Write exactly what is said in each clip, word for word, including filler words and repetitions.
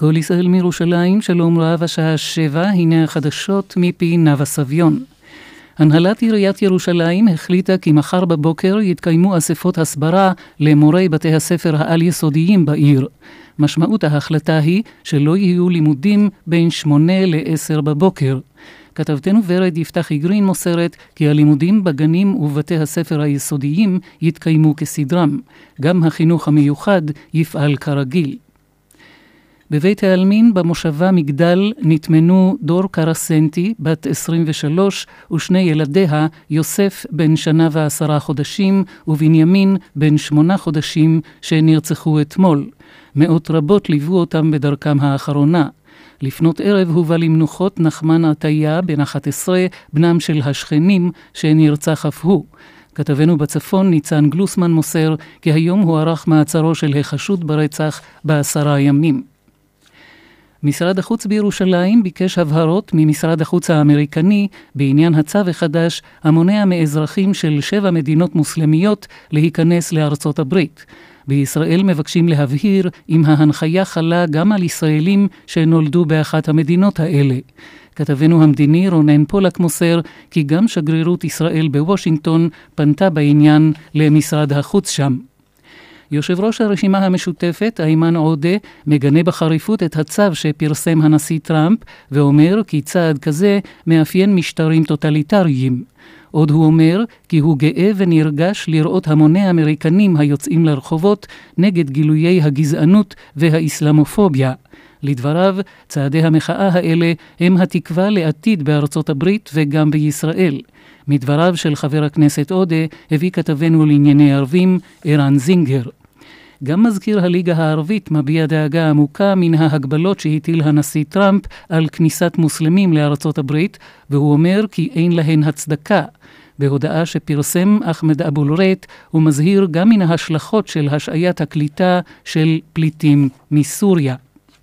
כל ישראל מירושלים, שלום רב, השעה שבע, הנה החדשות מפי נווה סביון. הנהלת עיריית ירושלים החליטה כי מחר בבוקר יתקיימו אספות הסברה למורי בתי הספר העל-יסודיים בעיר. משמעות ההחלטה היא שלא יהיו לימודים בין שמונה לעשר בבוקר. כתבתנו ורד יפתח איגרין מוסרת כי הלימודים בגנים ובתי הספר היסודיים יתקיימו כסדרם. גם החינוך המיוחד יפעל כרגיל. בבית העלמין במושבה מגדל נתמנו דור קרסנטי, בת עשרים ושלוש, ושני ילדיה, יוסף בן שנה ועשרה חודשים, ובנימין בן שמונה חודשים, שנרצחו אתמול. מאות רבות ליוו אותם בדרכם האחרונה. לפנות ערב הובא למנוחות נחמן עטיה, בן אחת עשרה, בנם של השכנים, שנרצח אף הוא. כתבנו בצפון ניצן גלוסמן מוסר כי היום הוארך מעצרו של החשוד ברצח בעשרה ימים. משרד החוץ בירושלים ביקש הבהרות ממשרד החוץ האמריקני בעניין הצו החדש המונע מאזרחים של שבע מדינות מוסלמיות להיכנס לארצות הברית. בישראל מבקשים להבהיר אם ההנחיה חלה גם על ישראלים שנולדו באחת המדינות האלה. כתבנו המדיני רונן פולק מוסר כי גם שגרירות ישראל בוושינגטון פנתה בעניין למשרד החוץ שם. יושב ראש הרשימה המשותפת, איימן עודה, מגנה בחריפות את הצו שפרסם הנשיא טראמפ, ואומר כי צעד כזה מאפיין משטרים טוטליטריים. עוד הוא אומר כי הוא גאה ונרגש לראות המוני אמריקנים היוצאים לרחובות נגד גילויי הגזענות והאסלאמופוביה. לדבריו, צעדי המחאה האלה הם התקווה לעתיד בארצות הברית וגם בישראל. מדבריו של חבר הכנסת עודה הביא כתבנו לענייני ערבים ערן זינגר. גם מזכיר הליגה הערבית מביע דאגה עמוקה מן ההגבלות שהטיל הנשיא טראמפ על כניסת מוסלמים לארצות הברית, והוא אומר כי אין להן הצדקה. בהודעה שפרסם אחמד אבו לורית, הוא מזהיר גם מן ההשלכות של השעיית הקליטה של פליטים מסוריה.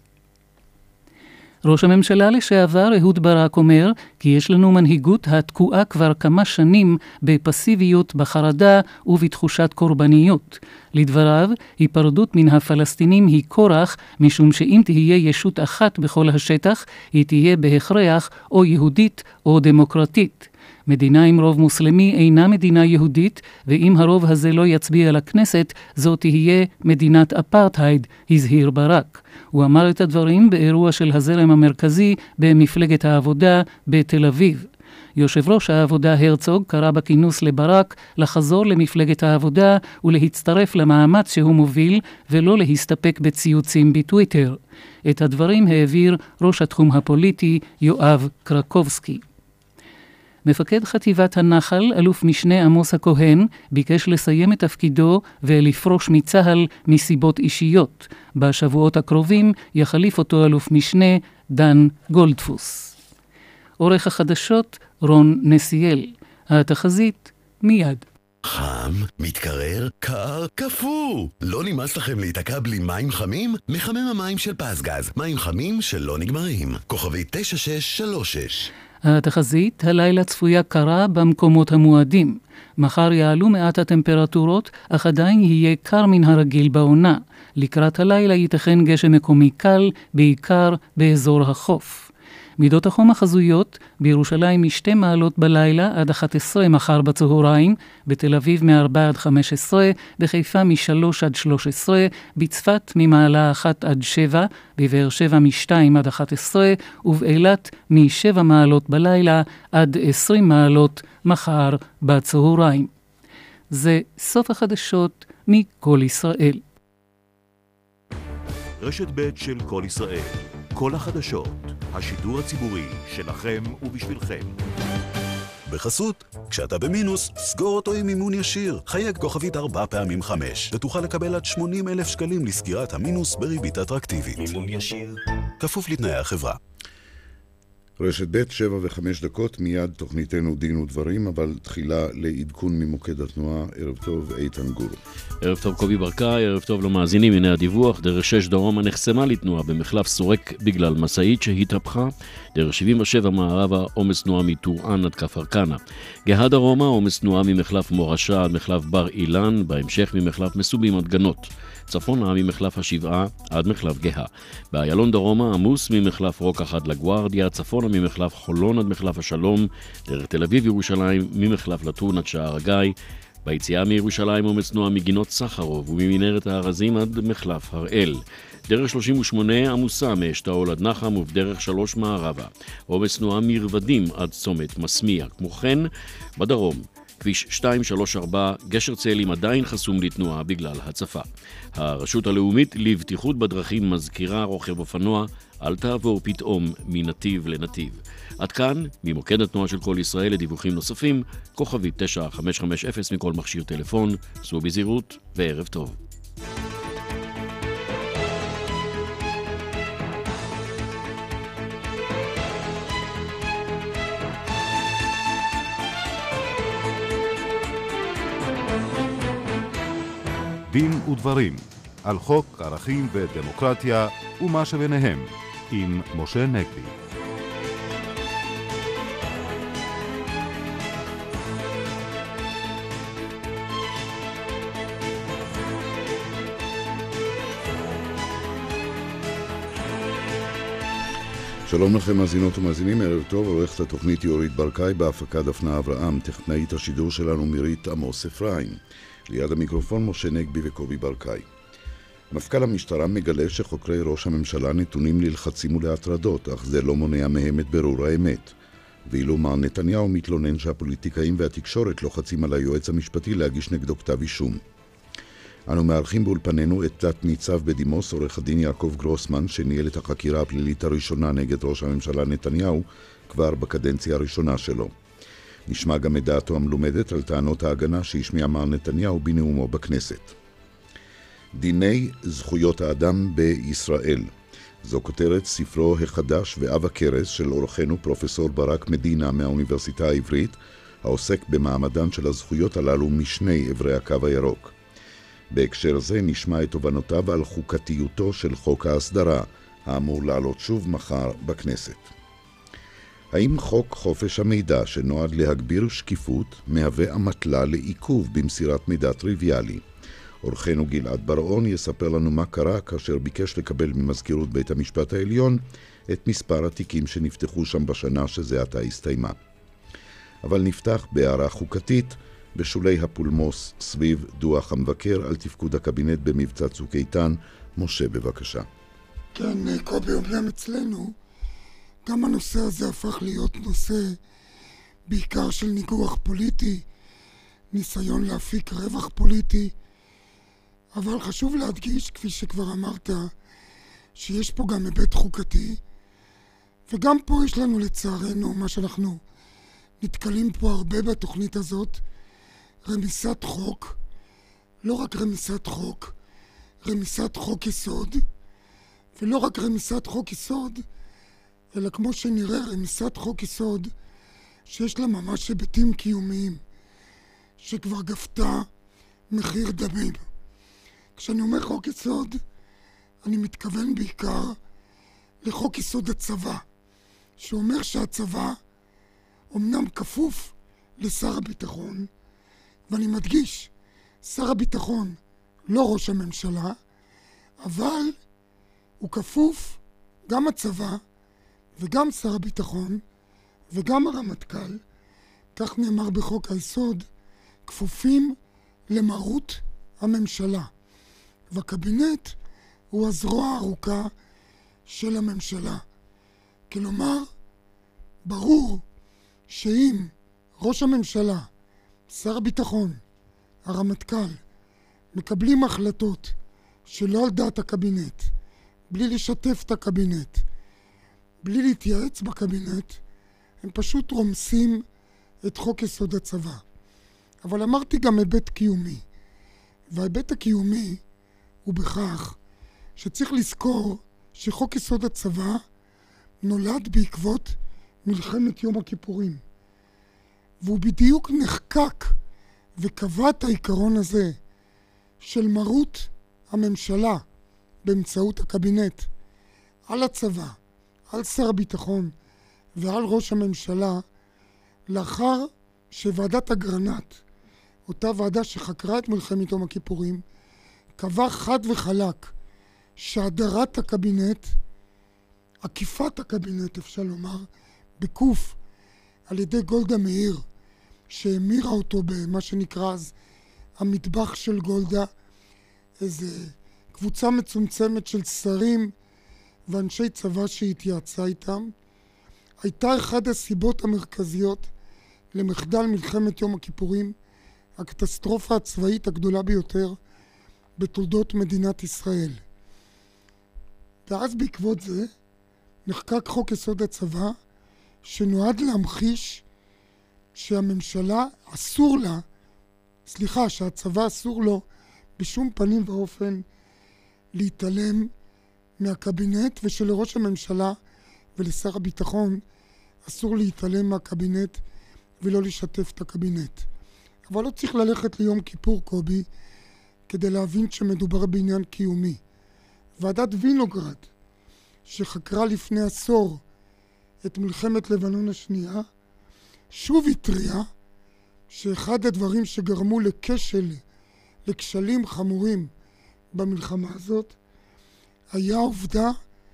ראש הממשלה לשעבר אהוד ברק אומר כי יש לנו מנהיגות התקועה כבר כמה שנים בפסיביות, בחרדה ובתחושת קורבניות. לדבריו, היפרדות מן הפלסטינים היא כורח, משום שאם תהיה ישות אחת בכל השטח, היא תהיה בהכרח או יהודית או דמוקרטית. מדינה עם רוב מוסלמי אינה מדינה יהודית, ואם הרוב הזה לא יצביע לכנסת, זו תהיה מדינת אפרטהייד, הזהיר ברק. הוא אמר את הדברים באירוע של הזרם המרכזי במפלגת העבודה בתל אביב. יושב ראש העבודה הרצוג קרא בכינוס לברק לחזור למפלגת העבודה ולהצטרף למאמץ שהוא מוביל ולא להסתפק בציוצים בטוויטר. את הדברים העביר ראש התחום הפוליטי יואב קרקובסקי. מפקד חטיבת הנחל, אלוף משנה עמוס הכהן, ביקש לסיים את תפקידו ולפרוש מצהל מסיבות אישיות. בשבועות הקרובים יחליף אותו אלוף משנה דן גולדפוס. עורך החדשות רון נסיאל. התחזית מיד. חם, מתקרר, קר, קפוא. לא נמאס לכם להיתקע בלי מים חמים? מחמם המים של פסגז. מים חמים שלא נגמרים. כוכבי תשע שש שלוש שש. התחזית, הלילה צפויה קרה במקומות המועדים. מחר יעלו מעט הטמפרטורות, אך עדיין יהיה קר מן הרגיל בעונה. לקראת הלילה ייתכן גשם מקומי קל, בעיקר באזור החוף. מידות החום החזויות, בירושלים משתי מעלות בלילה עד אחת עשרה מחר בצהריים, בתל אביב מ-ארבע עד חמש עשרה, בחיפה מ-שלוש עד שלוש עשרה, בצפת ממעלה אחת עד שבע, בבאר שבע מ-שתיים עד אחת עשרה, ובאילת מ-שבע מעלות בלילה עד עשרים מעלות מחר בצהריים. זה סוף החדשות מכל ישראל. רשת ב' של כל ישראל. כל החדשות, השידור הציבורי שלכם ובשבילכם. בחסות, כשאתה במינוס, סגור אותו עם מימון ישיר. חייג כוכבית ארבע פעמים חמש, ותוכל לקבל עד שמונים אלף שקלים לסגירת המינוס בריבית אטרקטיבית. מימון ישיר. כפוף לתנאי החברה. רשת ב' שבע וחמש דקות, מיד תוכניתנו דין ודברים, אבל תחילה לעדכון ממוקד התנועה. ערב טוב, איתן גור. ערב טוב, קובי ברקאי, ערב טוב למאזינים. הנה הדיווח: דרך שש דרומה נחסמה לתנועה במחלף סורק בגלל מסעית שהתהפכה. דרך שבעים ושבע מערבה עומס תנועה מטורען עד כפר כנא. גאה דרומה עומס תנועה ממחלף מורשה עד מחלף בר אילן, בהמשך ממחלף מסובים עד גנות. צפונה ממחלף השבעה עד מחלף גאה. באיילון דרומה עמוס ממחלף רוקח עד לגוארדיה, צפונה ממחלף חולון עד מחלף השלום, דרך תל אביב ירושלים ממחלף לטון עד שער הגיא. ביציאה מירושלים עומס תנועה מגינות סחרוב וממנהרת הארזים עד מחלף הראל. דרך שלושים ושמונה עמוסה מאשתאול עד נחם ובדרך שלוש מערבה. עומס תנועה מרבדים עד צומת מסמיה. כמו כן, בדרום, כביש שתיים שלוש ארבע, גשר צאלים עדיין חסום לתנועה בגלל הצפה. הרשות הלאומית לבטיחות בדרכים מזכירה רוכב אופנוע, אל תעבור פתאום מנתיב לנתיב. עד כאן, ממוקד התנועה של כל ישראל לדיווחים נוספים, כוכבי תשע חמש חמש אפס מכל מכשיר טלפון, סעו בזהירות וערב טוב. דין ודברים על חוק ערכים ודמוקרטיה ומה שביניהם עם משה נגבי. שלום לכם מאזינות ומאזינים, ערב טוב. עורכת התוכנית יורית ברקאי, בהפקה דפנה אברהם, טכנאית השידור שלנו מירית עמוס אפרים. ליד המיקרופון משה נגבי וקובי ברקאי. מפכ"ל המשטרה מגלה שחוקרי ראש הממשלה נתונים ללחצים ולהטרדות, אך זה לא מונע מהם את ברור האמת. ואילו מר נתניהו מתלונן שהפוליטיקאים והתקשורת לוחצים על היועץ המשפטי להגיש נגדו כתב אישום. אנו מארחים באולפנינו את תת ניצב בדימוס עורך הדין יעקב גרוסמן, שניהל את החקירה הפלילית הראשונה נגד ראש הממשלה נתניהו כבר בקדנציה הראשונה שלו. נשמע גם את דעתו המלומדת על טענות ההגנה שהשמיע מר נתניהו בנאומו בכנסת. דיני זכויות האדם בישראל. זו כותרת ספרו החדש ואב הכרס של עורכנו פרופסור ברק מדינה מהאוניברסיטה העברית, העוסק במעמדן של הזכויות הללו משני עברי הקו הירוק. בהקשר זה נשמע את תובנותיו על חוקתיותו של חוק ההסדרה, האמור לעלות שוב מחר בכנסת. האם חוק חופש המידע שנועד להגביר שקיפות מהווה המטלה לעיכוב במסירת מידע טריוויאלי? עורכנו גלעד ברעון יספר לנו מה קרה כאשר ביקש לקבל ממזכירות בית המשפט העליון את מספר התיקים שנפתחו שם בשנה שזה עתה הסתיימה. אבל נפתח בהערה חוקתית בשולי הפולמוס סביב דוח המבקר על תפקוד הקבינט במבצע צוק איתן. משה, בבקשה. כן, קובי, אומנם אצלנו גם הנושא הזה הפך להיות נושא בעיקר של ניגוח פוליטי, ניסיון להפיק רווח פוליטי, אבל חשוב להדגיש, כפי שכבר אמרת, שיש פה גם היבט חוקתי, וגם פה יש לנו לצערנו מה שאנחנו נתקלים פה הרבה בתוכנית הזאת, רמיסת חוק, לא רק רמיסת חוק, רמיסת חוק יסוד, ולא רק רמיסת חוק יסוד, אלא כמו שנראה רמיסת חוק יסוד שיש לה ממש היבטים קיומיים, שכבר גפתה מחיר דמים. כשאני אומר חוק יסוד, אני מתכוון בעיקר לחוק יסוד הצבא, שאומר שהצבא אומנם כפוף לשר הביטחון, ואני מדגיש, שר הביטחון לא ראש הממשלה, אבל הוא כפוף, גם הצבא וגם שר הביטחון וגם הרמטכ"ל, כך נאמר בחוק היסוד, כפופים למרות הממשלה. והקבינט הוא הזרוע הארוכה של הממשלה. כלומר, ברור שאם ראש הממשלה, שר הביטחון, הרמטכ"ל, מקבלים החלטות שלא על דעת הקבינט, בלי לשתף את הקבינט, בלי להתייעץ בקבינט, הם פשוט רומסים את חוק יסוד הצבא. אבל אמרתי גם היבט קיומי, וההיבט הקיומי הוא בכך שצריך לזכור שחוק יסוד הצבא נולד בעקבות מלחמת יום הכיפורים, והוא בדיוק נחקק וקבע את העיקרון הזה של מרות הממשלה באמצעות הקבינט על הצבא, על שר הביטחון ועל ראש הממשלה, לאחר שוועדת אגרנט, אותה ועדה שחקרה את מלחמת יום הכיפורים, קבע חד וחלק שהדרת הקבינט, עקיפת הקבינט אפשר לומר, בקוף על ידי גולדה מאיר, שהמירה אותו במה שנקרא אז המטבח של גולדה, איזה קבוצה מצומצמת של שרים ואנשי צבא שהתייעצה איתם, הייתה אחד הסיבות המרכזיות למחדל מלחמת יום הכיפורים, הקטסטרופה הצבאית הגדולה ביותר בתולדות מדינת ישראל. ואז בעקבות זה נחקק חוק יסוד הצבא, שנועד להמחיש שהממשלה אסור לה, סליחה, שהצבא אסור לו בשום פנים ואופן להתעלם מהקבינט, ושלראש הממשלה ולשר הביטחון אסור להתעלם מהקבינט ולא לשתף את הקבינט. אבל לא צריך ללכת ליום כיפור, קובי, כדי להבין שמדובר בעניין קיומי. ועדת וינוגרד, שחקרה לפני עשור את מלחמת לבנון השנייה, שוב התריעה שאחד הדברים שגרמו לכשל, לכשלים חמורים במלחמה הזאת, היה העובדה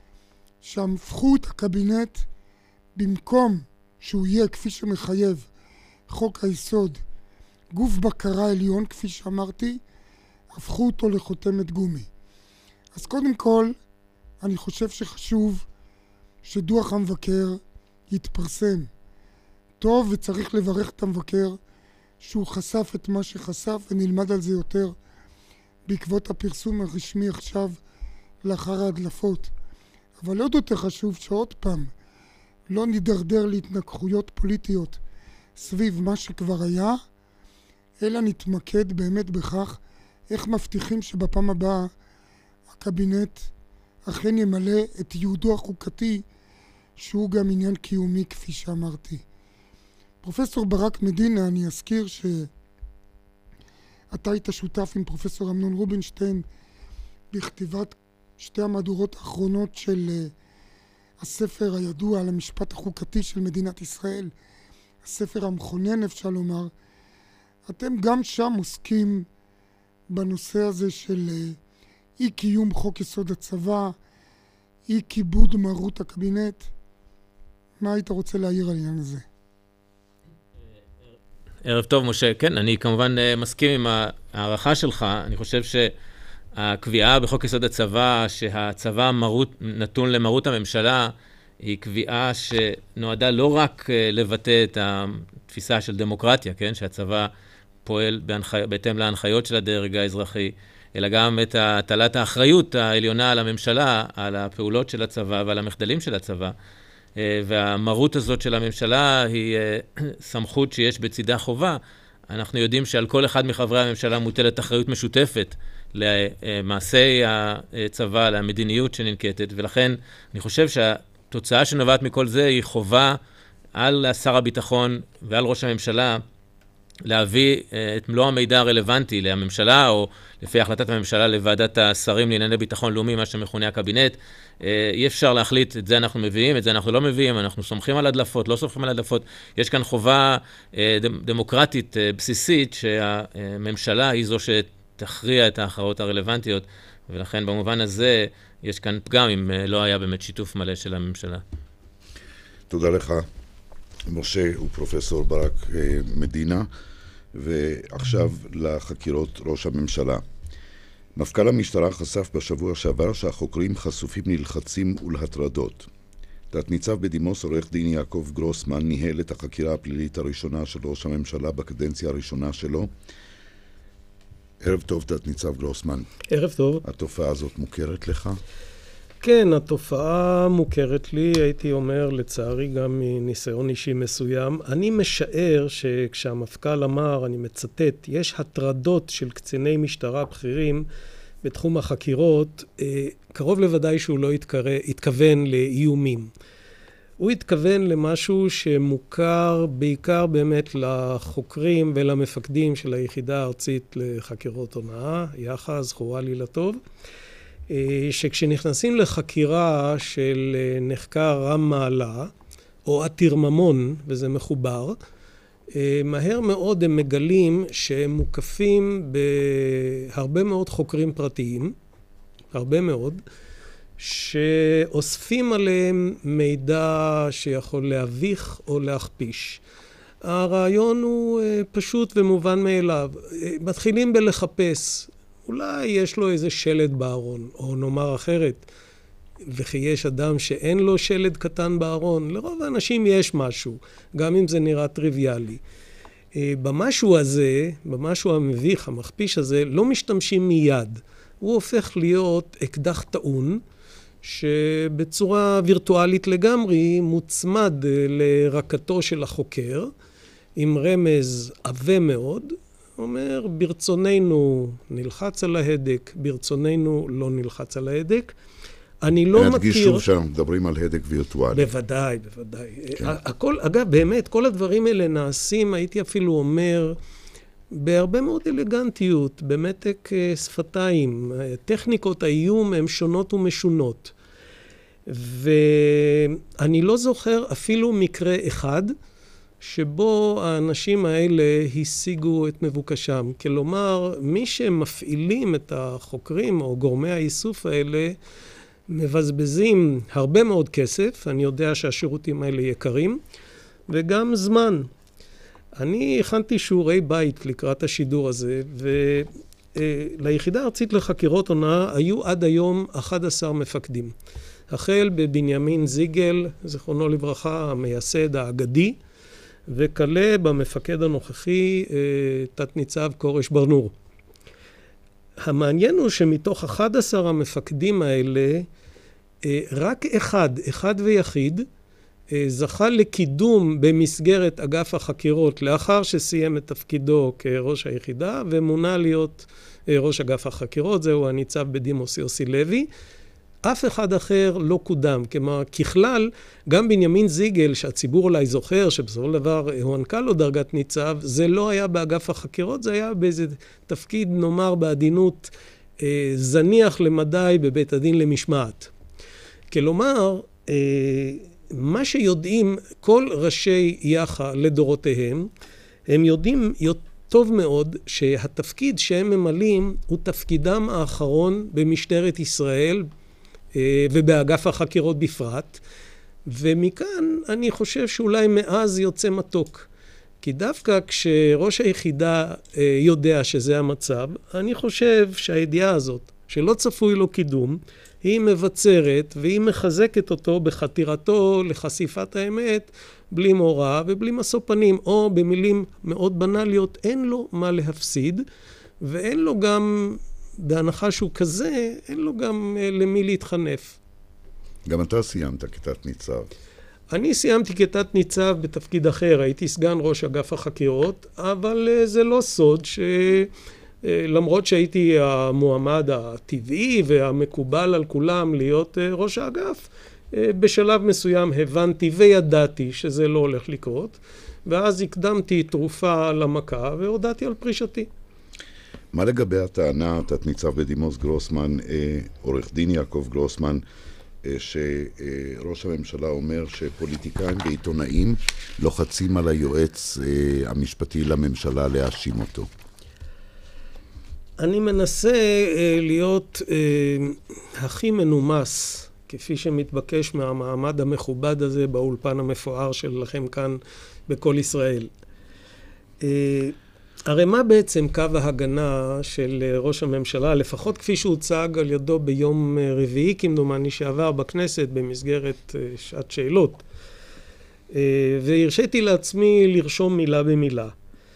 שהפכו את הקבינט, במקום שהוא יהיה כפי שמחייב חוק היסוד, גוף בקרה עליון, כפי שאמרתי, הפכו אותו לחותמת גומי. אז קודם כל, אני חושב שחשוב שדוח המבקר יתפרסם. טוב, וצריך לברך את המבקר שהוא חשף את מה שחשף, ונלמד על זה יותר בעקבות הפרסום הרשמי עכשיו לאחר ההדלפות. אבל עוד יותר חשוב שעוד פעם לא נידרדר להתנגחויות פוליטיות סביב מה שכבר היה, אלא נתמקד באמת בכך איך מבטיחים שבפעם הבאה הקבינט אכן ימלא את ייעודו החוקתי, שהוא גם עניין קיומי כפי שאמרתי. פרופסור ברק מדינה, אני אזכיר שאתה היית שותף עם פרופסור אמנון רובינשטיין בכתיבת שתי המהדורות האחרונות של uh, הספר הידוע על המשפט החוקתי של מדינת ישראל, הספר המכונן אפשר לומר. אתם גם שם עוסקים בנושא הזה של uh, אי קיום חוק יסוד הצבא, אי כיבוד מרות הקבינט. מה היית רוצה להעיר על העניין הזה? ערב טוב, משה. כן, אני כמובן מסכים עם הערכה שלך. אני חושב שהקביעה בחוק יסוד הצבא, שהצבא מרות, נתון למרות הממשלה, היא קביעה שנועדה לא רק לבטא את התפיסה של דמוקרטיה, כן? שהצבא פועל בהנחי... בהתאם להנחיות של הדרג האזרחי, אלא גם את הטלת האחריות העליונה על הממשלה, על הפעולות של הצבא ועל המחדלים של הצבא. והמרות הזאת של הממשלה היא סמכות שיש בצידה חובה. אנחנו יודעים שעל כל אחד מחברי הממשלה מוטלת אחריות משותפת למעשי הצבא, למדיניות שננקטת, ולכן אני חושב שהתוצאה שנובעת מכל זה היא חובה על שר הביטחון ועל ראש הממשלה להביא את מלוא המידע הרלוונטי לממשלה, או לפי החלטת הממשלה לוועדת השרים לענייני ביטחון לאומי, מה שמכונה הקבינט. אי אפשר להחליט, את זה אנחנו מביאים, את זה אנחנו לא מביאים, אנחנו סומכים על הדלפות, לא סומכים על הדלפות. יש כאן חובה דמוקרטית בסיסית שהממשלה היא זו שתכריע את ההכרעות הרלוונטיות, ולכן במובן הזה יש כאן פגם אם לא היה באמת שיתוף מלא של הממשלה. תודה לך, משה ופרופסור ברק מדינה. ועכשיו לחקירות ראש הממשלה. מפכ"ל המשטרה חשף בשבוע שעבר שהחוקרים חשופים ללחצים ולהטרדות. תת ניצב בדימוס עורך דין יעקב גרוסמן ניהל את החקירה הפלילית הראשונה של ראש הממשלה בקדנציה הראשונה שלו. ערב טוב, תת ניצב גרוסמן. ערב טוב. התופעה הזאת מוכרת לך? כן, התופעה מוכרת לי, הייתי אומר, לצערי גם מניסיון אישי מסוים. אני משער שכשהמפכ"ל אמר, אני מצטט, יש הטרדות של קציני משטרה בכירים בתחום החקירות, קרוב לוודאי שהוא לא התקרא, התכוון לאיומים. הוא התכוון למשהו שמוכר בעיקר באמת לחוקרים ולמפקדים של היחידה הארצית לחקירות הונאה, יח"א, זכורה לי לטוב. שכשנכנסים לחקירה של נחקר רם מעלה, או עתיר ממון, וזה מחובר, מהר מאוד הם מגלים שהם מוקפים בהרבה מאוד חוקרים פרטיים, הרבה מאוד, שאוספים עליהם מידע שיכול להביך או להכפיש. הרעיון הוא פשוט ומובן מאליו. מתחילים בלחפש, אולי יש לו איזה שלד בארון, או נאמר אחרת, וכי יש אדם שאין לו שלד קטן בארון, לרוב האנשים יש משהו, גם אם זה נראה טריוויאלי. במשהו הזה, במשהו המביך, המכפיש הזה, לא משתמשים מיד. הוא הופך להיות אקדח טעון, שבצורה וירטואלית לגמרי מוצמד לרקתו של החוקר, עם רמז עבה מאוד, אומר, ברצוננו נלחץ על ההדק, ברצוננו לא נלחץ על ההדק. אני לא מכיר... נדגיש שוב שאנחנו מדברים על הדק וירטואלי. בוודאי, בוודאי. כן. הכל, אגב, באמת, כל הדברים האלה נעשים, הייתי אפילו אומר, בהרבה מאוד אלגנטיות, במתק שפתיים. טכניקות האיום הן שונות ומשונות. ואני לא זוכר אפילו מקרה אחד, שבו האנשים האלה השיגו את מבוקשם. כלומר, מי שמפעילים את החוקרים או גורמי האיסוף האלה, מבזבזים הרבה מאוד כסף, אני יודע שהשירותים האלה יקרים, וגם זמן. אני הכנתי שיעורי בית לקראת השידור הזה, וליחידה הארצית לחקירות הונאה היו עד היום אחד עשר מפקדים. החל בבנימין זיגל, זיכרונו לברכה, המייסד האגדי, וכלה במפקד הנוכחי, תת ניצב קורש ברנור. המעניין הוא שמתוך אחד עשר המפקדים האלה, רק אחד, אחד ויחיד, זכה לקידום במסגרת אגף החקירות לאחר שסיים את תפקידו כראש היחידה, ומונה להיות ראש אגף החקירות, זהו הניצב בדימוס יוסי לוי. אף אחד אחר לא קודם, כלומר, ככלל, גם בנימין זיגל, שהציבור אולי זוכר, שבסופו של דבר הוענקה לו דרגת ניצב, זה לא היה באגף החקירות, זה היה באיזה תפקיד, נאמר בעדינות, אה, זניח למדי בבית הדין למשמעת. כלומר, אה, מה שיודעים כל ראשי יח"א לדורותיהם, הם יודעים טוב מאוד שהתפקיד שהם ממלאים הוא תפקידם האחרון במשטרת ישראל, ובאגף החקירות בפרט, ומכאן אני חושב שאולי מאז יוצא מתוק. כי דווקא כשראש היחידה יודע שזה המצב, אני חושב שהידיעה הזאת, שלא צפוי לו קידום, היא מבצרת והיא מחזקת אותו בחתירתו לחשיפת האמת, בלי מורא ובלי משוא פנים, או במילים מאוד בנליות, אין לו מה להפסיד, ואין לו גם... בהנחה שהוא כזה, אין לו גם למי להתחנף. גם אתה סיימת כתת ניצב. אני סיימתי כתת ניצב בתפקיד אחר, הייתי סגן ראש אגף החקירות, אבל זה לא סוד שלמרות שהייתי המועמד הטבעי והמקובל על כולם להיות ראש האגף, בשלב מסוים הבנתי וידעתי שזה לא הולך לקרות, ואז הקדמתי תרופה למכה והודעתי על פרישתי. מה לגבי הטענה, תת ניצב בדימוס גרוסמן, עורך דין יעקב גרוסמן, שראש הממשלה אומר שפוליטיקאים ועיתונאים לוחצים על היועץ המשפטי לממשלה להאשים אותו? אני מנסה להיות הכי מנומס, כפי שמתבקש מהמעמד המכובד הזה באולפן המפואר שלכם כאן בכל ישראל. הרי מה בעצם קו ההגנה של ראש הממשלה, לפחות כפי שהוצג על ידו ביום רביעי, כמדומני שעבר בכנסת במסגרת שעת שאלות, והרשיתי לעצמי לרשום מילה במילה.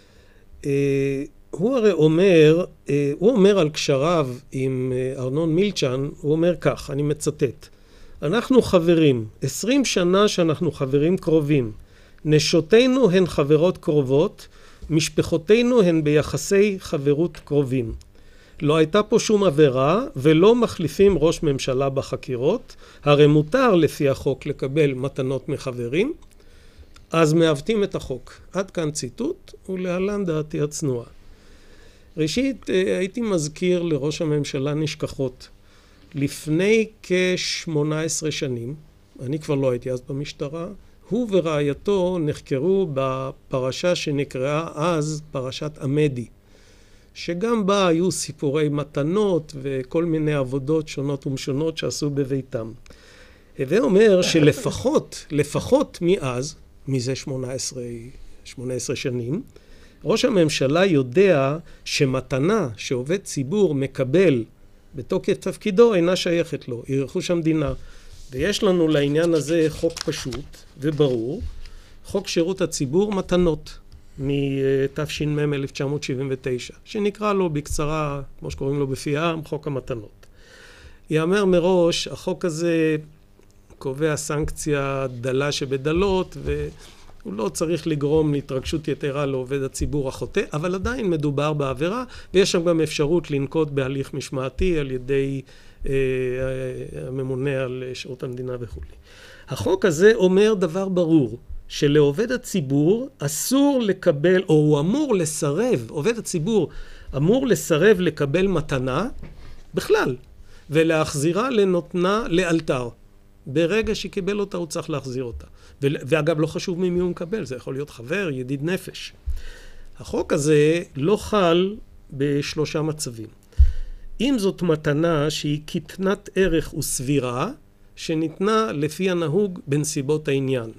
הוא הרי אומר, הוא אומר על קשריו עם ארנון מילצ'ן, הוא אומר כך, אני מצטט, אנחנו חברים, עשרים שנה שאנחנו חברים קרובים, נשותינו הן חברות קרובות, משפחותינו הן ביחסי חברות קרובים. לא הייתה פה שום עבירה ולא מחליפים ראש ממשלה בחקירות, הרי מותר לפי החוק לקבל מתנות מחברים, אז מעוותים את החוק. עד כאן ציטוט ולהלן דעתי הצנועה. ראשית, הייתי מזכיר לראש הממשלה נשכחות. לפני כ-שמונה עשרה שנים, אני כבר לא הייתי אז במשטרה, הוא ורעייתו נחקרו בפרשה שנקראה אז פרשת עמדי, שגם בה היו סיפורי מתנות וכל מיני עבודות שונות ומשונות שעשו בביתם. הווה אומר שלפחות, לפחות מאז, מזה שמונה עשרה שנים, ראש הממשלה יודע שמתנה שעובד ציבור מקבל בתוקף תפקידו אינה שייכת לו, היא רכוש המדינה. ויש לנו לעניין הזה חוק פשוט וברור, חוק שירות הציבור מתנות מ-תש"מ אלף תשע מאות שבעים ותשע, שנקרא לו בקצרה, כמו שקוראים לו בפי העם, חוק המתנות. יאמר מראש, החוק הזה קובע סנקציה דלה שבדלות, והוא לא צריך לגרום להתרגשות יתרה לעובד הציבור החוטא, אבל עדיין מדובר בעבירה, ויש שם גם אפשרות לנקוט בהליך משמעתי על ידי אה, הממונה על שירות המדינה וכו'. החוק הזה אומר דבר ברור, שלעובד הציבור אסור לקבל, או הוא אמור לסרב, עובד הציבור אמור לסרב לקבל מתנה בכלל, ולהחזירה לנותנה לאלתר. ברגע שקיבל אותה הוא צריך להחזיר אותה. ואגב לא חשוב ממי הוא מקבל, זה יכול להיות חבר, ידיד נפש. החוק הזה לא חל בשלושה מצבים. אם זאת מתנה שהיא קטנת ערך וסבירה, שניתנה לפי הנהוג בנסיבות העניין.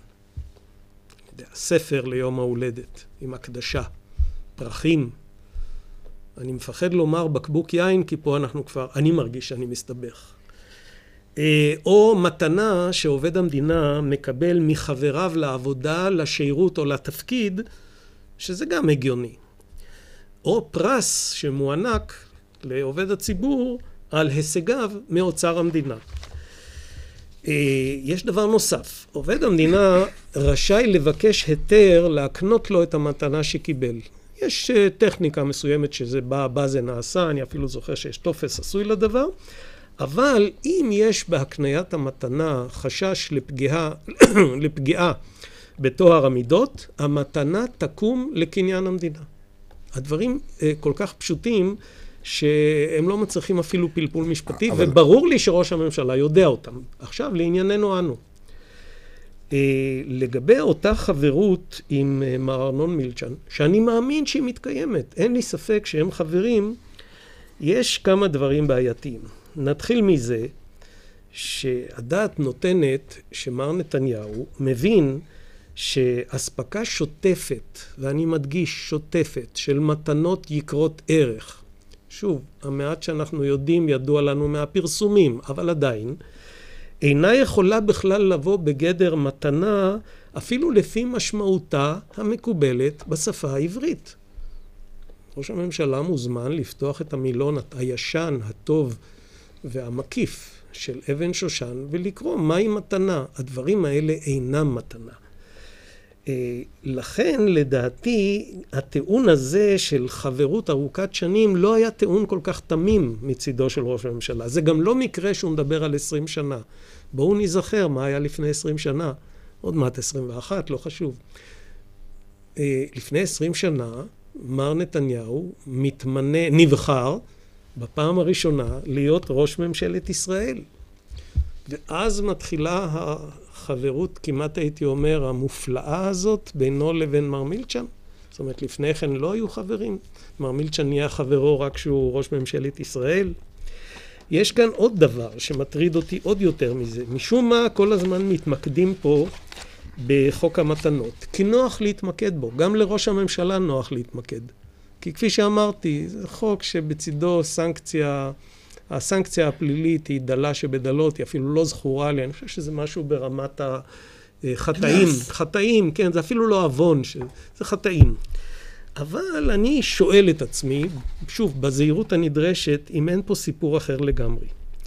ספר ליום ההולדת, עם הקדשה, פרחים. אני מפחד לומר בקבוק יין, כי פה אנחנו כבר, אני מרגיש שאני מסתבך. או מתנה שעובד המדינה מקבל מחבריו לעבודה, לשירות או לתפקיד, שזה גם הגיוני. או פרס שמוענק לעובד הציבור על הישגיו מאוצר המדינה. יש דבר נוסף, עובד המדינה רשאי לבקש היתר להקנות לו את המתנה שקיבל. יש טכניקה מסוימת שזה בא, בא זה נעשה, אני אפילו זוכר שיש טופס עשוי לדבר, אבל אם יש בהקניית המתנה חשש לפגיעה, לפגיעה בתואר המידות, המתנה תקום לקניין המדינה. הדברים כל כך פשוטים שהם לא מצריכים אפילו פלפול משפטי, אבל... וברור לי שראש הממשלה יודע אותם. עכשיו לענייננו אנו. לגבי אותה חברות עם מר ארנון מילצ'ן, שאני מאמין שהיא מתקיימת, אין לי ספק שהם חברים, יש כמה דברים בעייתיים. נתחיל מזה שהדעת נותנת שמר נתניהו מבין שהספקה שוטפת, ואני מדגיש שוטפת, של מתנות יקרות ערך, שוב, המעט שאנחנו יודעים ידוע לנו מהפרסומים, אבל עדיין, אינה יכולה בכלל לבוא בגדר מתנה, אפילו לפי משמעותה המקובלת בשפה העברית. ראש הממשלה מוזמן לפתוח את המילון הישן, הטוב והמקיף של אבן שושן, ולקרוא מהי מתנה. הדברים האלה אינם מתנה. לכן, לדעתי, הטיעון הזה של חברות ארוכת שנים לא היה טיעון כל כך תמים מצידו של ראש הממשלה. זה גם לא מקרה שהוא מדבר על עשרים שנה. בואו נזכר מה היה לפני עשרים שנה. עוד מעט עשרים ואחת, לא חשוב. לפני עשרים שנה, מר נתניהו מתמנה, נבחר, בפעם הראשונה להיות ראש ממשלת ישראל. ואז מתחילה החברות, כמעט הייתי אומר, המופלאה הזאת בינו לבין מר מילצ'ן. זאת אומרת, לפני כן לא היו חברים. מר מילצ'ן נהיה חברו רק שהוא ראש ממשלת ישראל. יש כאן עוד דבר שמטריד אותי עוד יותר מזה. משום מה כל הזמן מתמקדים פה בחוק המתנות. כי נוח להתמקד בו. גם לראש הממשלה נוח להתמקד. כי כפי שאמרתי, זה חוק שבצידו סנקציה, הסנקציה הפלילית היא דלה שבדלות, היא אפילו לא זכורה לי, אני חושב שזה משהו ברמת החטאים, חטאים, כן, זה אפילו לא אבון, זה חטאים. אבל אני שואל את עצמי, שוב, בזהירות הנדרשת, אם אין פה סיפור אחר לגמרי.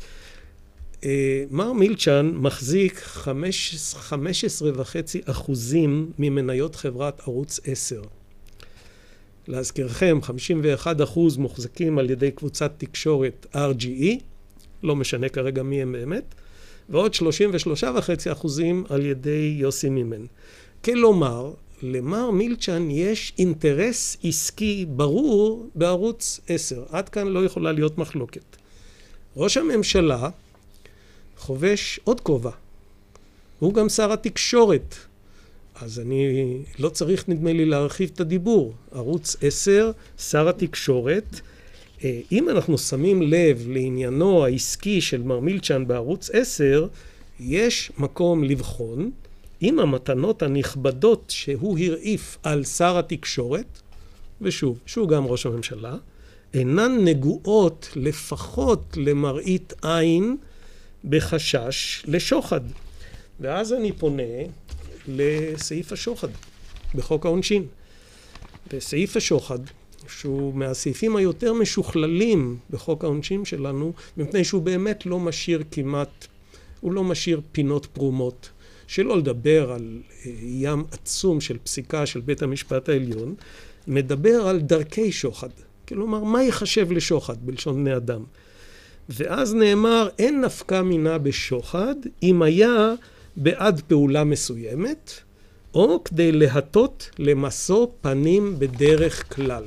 מר מילצ'ן מחזיק חמש עשרה וחצי אחוזים ממניות חברת ערוץ עשר. להזכירכם, חמישים ואחד אחוז מוחזקים על ידי קבוצת תקשורת אר ג'י אי, לא משנה כרגע מי הם באמת, ועוד שלושים ושלושה וחצי אחוזים על ידי יוסי מימן. כלומר, למר מילצ'ן יש אינטרס עסקי ברור בערוץ עשר. עד כאן לא יכולה להיות מחלוקת. ראש הממשלה חובש עוד כובע. הוא גם שר התקשורת. אז אני לא צריך, נדמה לי, להרחיב את הדיבור. ערוץ עשר, שר התקשורת, אם אנחנו שמים לב לעניינו העסקי של מר מילצ'ן בערוץ עשר, יש מקום לבחון אם המתנות הנכבדות שהוא הרעיף על שר התקשורת, ושוב, שהוא גם ראש הממשלה, אינן נגועות לפחות למראית עין בחשש לשוחד. ואז אני פונה לסעיף השוחד בחוק העונשין. בסעיף השוחד, שהוא מהסעיפים היותר משוכללים בחוק העונשין שלנו, מפני שהוא באמת לא משאיר כמעט, הוא לא משאיר פינות פרומות, שלא לדבר על ים עצום של פסיקה של בית המשפט העליון, מדבר על דרכי שוחד. כלומר, מה יחשב לשוחד בלשון בני אדם? ואז נאמר, אין נפקא מינה בשוחד, אם היה בעד פעולה מסוימת, או כדי להטות למשוא פנים בדרך כלל.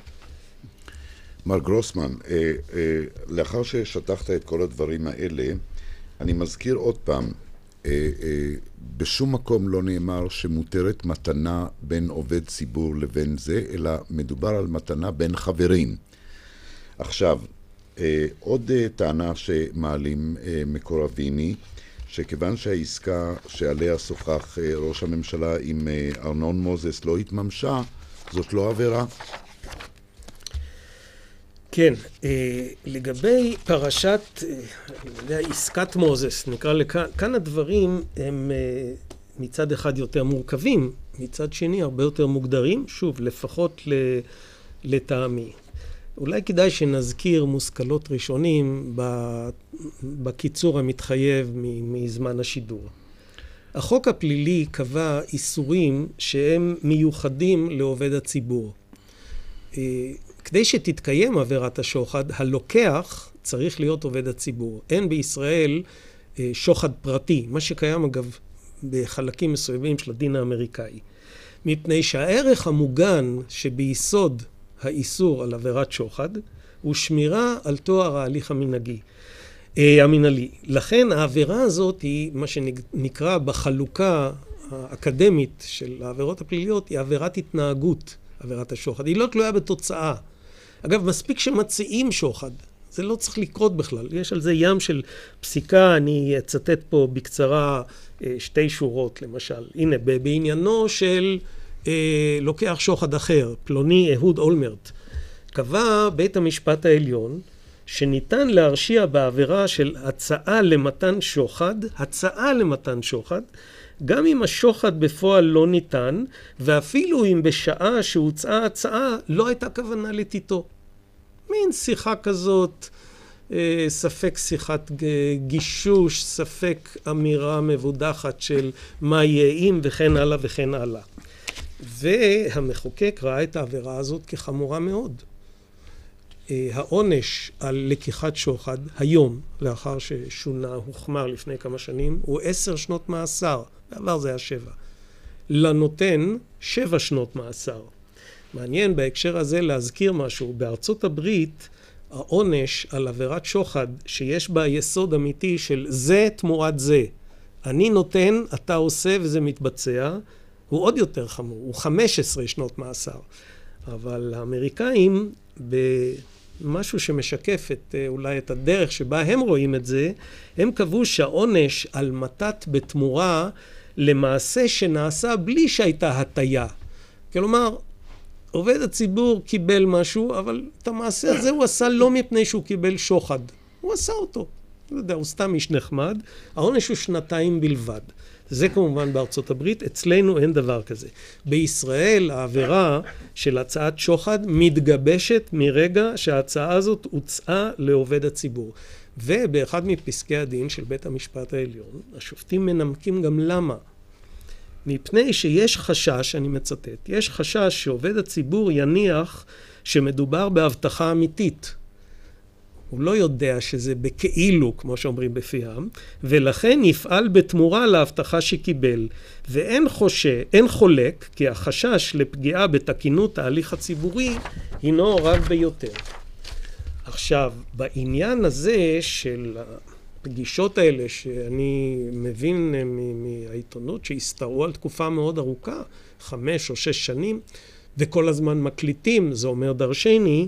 מר גרוסמן, אה, אה, לאחר ששטחת את כל הדברים האלה, אני מזכיר עוד פעם, אה, אה, בשום מקום לא נאמר שמותרת מתנה בין עובד ציבור לבין זה, אלא מדובר על מתנה בין חברים. עכשיו, אה, עוד אה, טענה שמעלים אה, מקורביני, שכיוון שהעסקה שעליה שוחח אה, ראש הממשלה עם אה, ארנון מוזס לא התממשה, זאת לא עבירה. כן, אה, לגבי פרשת, אה, אני יודע, עסקת מוזס, נקרא לכאן, כאן הדברים הם אה, מצד אחד יותר מורכבים, מצד שני הרבה יותר מוגדרים, שוב, לפחות לטעמי. אולי כדאי שנזכיר מושכלות ראשונים בקיצור המתחייב מזמן השידור. החוק הפלילי קבע איסורים שהם מיוחדים לעובד הציבור. כדי שתתקיים עבירת השוחד, הלוקח צריך להיות עובד הציבור. אין בישראל שוחד פרטי, מה שקיים אגב בחלקים מסוימים של הדין האמריקאי. מפני שהערך המוגן שביסוד האיסור על עבירת שוחד הוא שמירה על תואר ההליך המנהגי, המנהלי. לכן העבירה הזאת היא מה שנקרא בחלוקה האקדמית של העבירות הפליליות, היא עבירת התנהגות, עבירת השוחד. היא לא תלויה בתוצאה. אגב, מספיק שמציעים שוחד. זה לא צריך לקרות בכלל. יש על זה ים של פסיקה, אני אצטט פה בקצרה שתי שורות למשל. הנה, בעניינו של אה, לוקח שוחד אחר, פלוני אהוד אולמרט, קבע בית המשפט העליון שניתן להרשיע בעבירה של הצעה למתן שוחד, הצעה למתן שוחד, גם אם השוחד בפועל לא ניתן, ואפילו אם בשעה שהוצאה הצעה לא הייתה כוונה לתיתו. מין שיחה כזאת, ספק שיחת גישוש, ספק אמירה מבודחת של מה יהיה אם וכן הלאה וכן הלאה. והמחוקק ראה את העבירה הזאת כחמורה מאוד. העונש על לקיחת שוחד היום, לאחר ששונה, הוחמר לפני כמה שנים, הוא עשר שנות מאסר. בעבר זה היה שבע. לנותן שבע שנות מאסר. מעניין בהקשר הזה להזכיר משהו. בארצות הברית, העונש על עבירת שוחד שיש בה יסוד אמיתי של זה תמורת זה. אני נותן, אתה עושה וזה מתבצע, הוא עוד יותר חמור. הוא חמש עשרה שנות מאסר. אבל האמריקאים, במשהו שמשקף את, אולי את הדרך שבה הם רואים את זה, הם קבעו שהעונש על מתת בתמורה למעשה שנעשה בלי שהייתה הטיה. כלומר, עובד הציבור קיבל משהו, אבל את המעשה הזה הוא עשה לא מפני שהוא קיבל שוחד. הוא עשה אותו. לא יודע, הוא סתם איש נחמד. העונש הוא שנתיים בלבד. זה כמובן בארצות הברית, אצלנו אין דבר כזה. בישראל העבירה של הצעת שוחד מתגבשת מרגע שההצעה הזאת הוצאה לעובד הציבור. ובאחד מפסקי הדין של בית המשפט העליון, השופטים מנמקים גם למה. מפני שיש חשש, אני מצטט, יש חשש שעובד הציבור יניח שמדובר בהבטחה אמיתית. הוא לא יודע שזה בכאילו, כמו שאומרים בפיים, ולכן יפעל בתמורה להבטחה שקיבל. ואין חושב, אין חולק, כי החשש לפגיעה בתקינות ההליך הציבורי הינו רב ביותר. עכשיו, בעניין הזה של הפגישות האלה שאני מבין מהעיתונות שהסתרו על תקופה מאוד ארוכה, חמש או שש שנים, וכל הזמן מקליטים, זה אומר דרשני,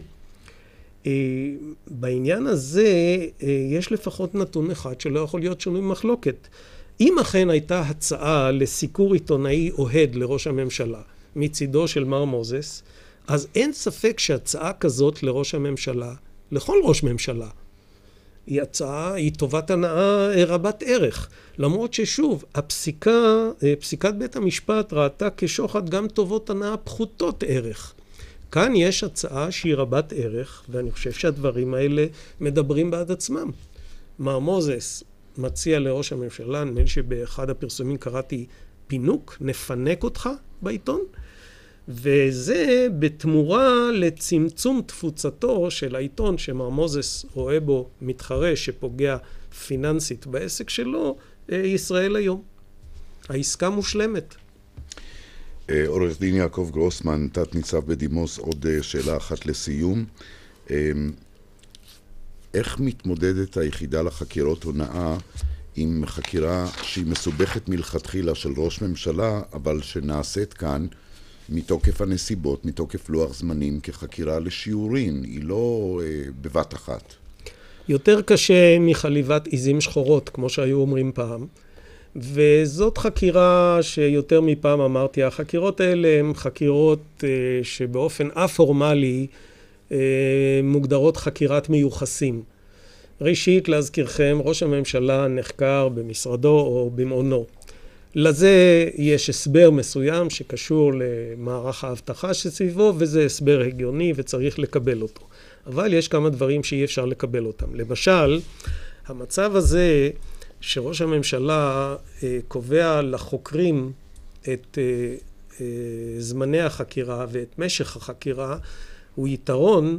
בעניין הזה יש לפחות נתון אחד שלא יכול להיות שינוי מחלוקת. אם אכן הייתה הצעה לסיקור עיתונאי אוהד לראש הממשלה מצידו של מר מוזס, אז אין ספק שהצעה כזאת לראש הממשלה, לכל ראש ממשלה, היא הצעה, היא טובת הנאה רבת ערך. למרות ששוב, הפסיקה, פסיקת בית המשפט ראתה כשוחד גם טובות הנאה פחותות ערך. כאן יש הצעה שהיא רבת ערך, ואני חושב שהדברים האלה מדברים בעד עצמם. מר מוזס מציע לראש הממשלה, נדמה לי שבאחד הפרסומים קראתי פינוק, נפנק אותך בעיתון, וזה בתמורה לצמצום תפוצתו של העיתון שמר מוזס רואה בו מתחרה שפוגע פיננסית בעסק שלו, ישראל היום. העסקה מושלמת. עורך דין יעקב גרוסמן, תת ניצב בדימוס, עוד שאלה אחת לסיום. איך מתמודדת היחידה לחקירות הונאה עם חקירה שהיא מסובכת מלכתחילה של ראש ממשלה, אבל שנעשית כאן מתוקף הנסיבות, מתוקף לוח זמנים, כחקירה לשיעורין, היא לא אה, בבת אחת? יותר קשה מחליבת עיזים שחורות, כמו שהיו אומרים פעם. וזאת חקירה שיותר מפעם אמרתי, החקירות האלה הן חקירות אה, שבאופן א-פורמלי אה, מוגדרות חקירת מיוחסים. ראשית, להזכירכם, ראש הממשלה נחקר במשרדו או במעונו. לזה יש הסבר מסוים שקשור למערך האבטחה שסביבו, וזה הסבר הגיוני וצריך לקבל אותו. אבל יש כמה דברים שאי אפשר לקבל אותם. למשל, המצב הזה שראש הממשלה אה, קובע לחוקרים את אה, אה, זמני החקירה ואת משך החקירה, הוא יתרון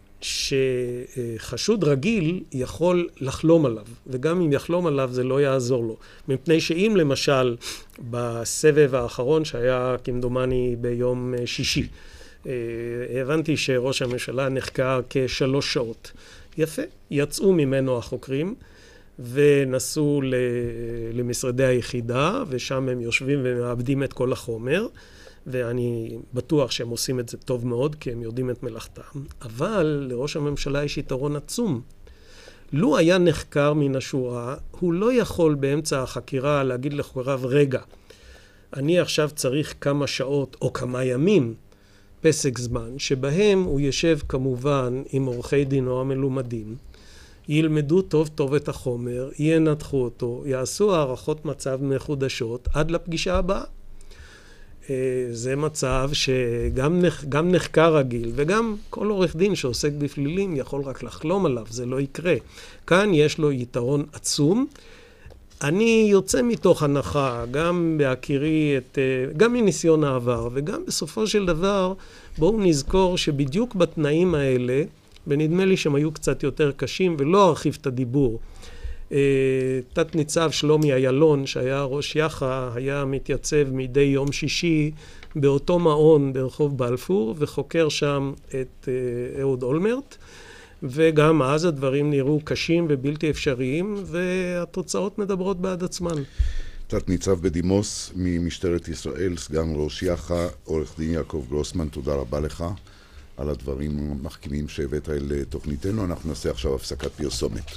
שחשוד רגיל יכול לחלום עליו, וגם אם יחלום עליו זה לא יעזור לו. מפני שאם למשל בסבב האחרון שהיה כמדומני ביום שישי, הבנתי שראש הממשלה נחקר כשלוש שעות. יפה, יצאו ממנו החוקרים ונסעו למשרדי היחידה, ושם הם יושבים ומאבדים את כל החומר, ואני בטוח שהם עושים את זה טוב מאוד, כי הם יודעים את מלאכתם. אבל לראש הממשלה יש יתרון עצום. לו היה נחקר מן השורה, הוא לא יכול באמצע החקירה להגיד לחוקריו, רגע, אני עכשיו צריך כמה שעות או כמה ימים, פסק זמן, שבהם הוא יושב כמובן עם עורכי דינו המלומדים, ילמדו טוב טוב את החומר, ינתחו אותו, יעשו הערכות מצב מחודשות עד לפגישה הבאה. זה מצב שגם גם נחקר רגיל וגם כל עורך דין שעוסק בפלילים יכול רק לחלום עליו, זה לא יקרה. כאן יש לו יתרון עצום. אני יוצא מתוך הנחה, גם בהכירי את, גם מניסיון העבר וגם בסופו של דבר, בואו נזכור שבדיוק בתנאים האלה, ונדמה לי שהם היו קצת יותר קשים ולא ארחיב את הדיבור, תת ניצב שלומי איילון שהיה ראש יח"א היה מתייצב מדי יום שישי באותו מעון ברחוב בלפור וחוקר שם את אהוד אולמרט, וגם אז הדברים נראו קשים ובלתי אפשריים והתוצאות מדברות בעד עצמן. תת ניצב בדימוס ממשטרת ישראל, סגן ראש יח"א, עורך דין יעקב גרוסמן, תודה רבה לך על הדברים המחכימים שהבאת אל תוכניתנו. אנחנו נעשה עכשיו הפסקת פרסומת.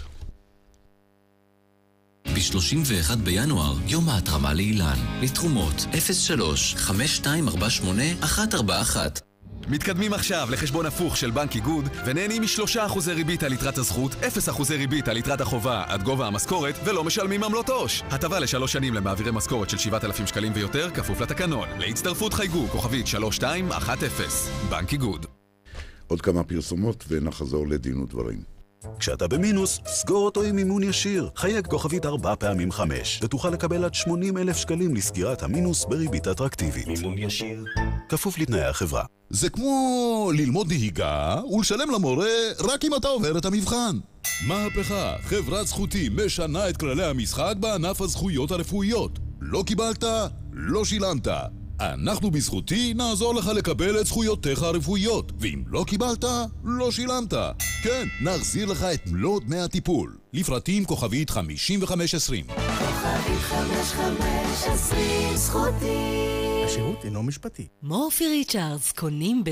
ב-שלושים ואחד בינואר, יום ההתרמה לאילן. לתרומות אפס שלוש חמש שתיים ארבע שמונה אחת ארבע אחת. מתקדמים עכשיו לחשבון הפוך של בנק איגוד ונהנים משלושה אחוזי ריבית על יתרת הזכות, אפס אחוזי ריבית על יתרת החובה עד גובה המשכורת ולא משלמים עמלות עו"ש. הטבה לשלוש שנים למעבירי משכורת של שבעת אלפים שקלים ויותר כפוף לתקנון. להצטרפות חייגו כוכבית שלוש שתיים אחת אפס. בנק איגוד. עוד כמה פרסומות ונחזור לדין ודברים. כשאתה במינוס, סגור אותו עם מימון ישיר. חייג כוכבית ארבע פעמים חמש, ותוכל לקבל עד שמונים אלף שקלים לסגירת המינוס בריבית אטרקטיבית. מימון ישיר. כפוף לתנאי החברה. זה כמו ללמוד נהיגה ולשלם למורה רק אם אתה עובר את המבחן. מהפכה, חברת זכותי משנה את כללי המשחק בענף הזכויות הרפואיות. לא קיבלת? לא שילמת. אנחנו בזכותי נעזור לך לקבל את זכויותיך הרפואיות, ואם לא קיבלת, לא שילמת. כן, נחזיר לך את מלוא דמי הטיפול. לפרטים כוכבית חמישים וחמש עשרים. כוכבית חמש חמש עשרים זכותי. השירות אינו משפטי. מורפי ריצ'רדס קונים ב...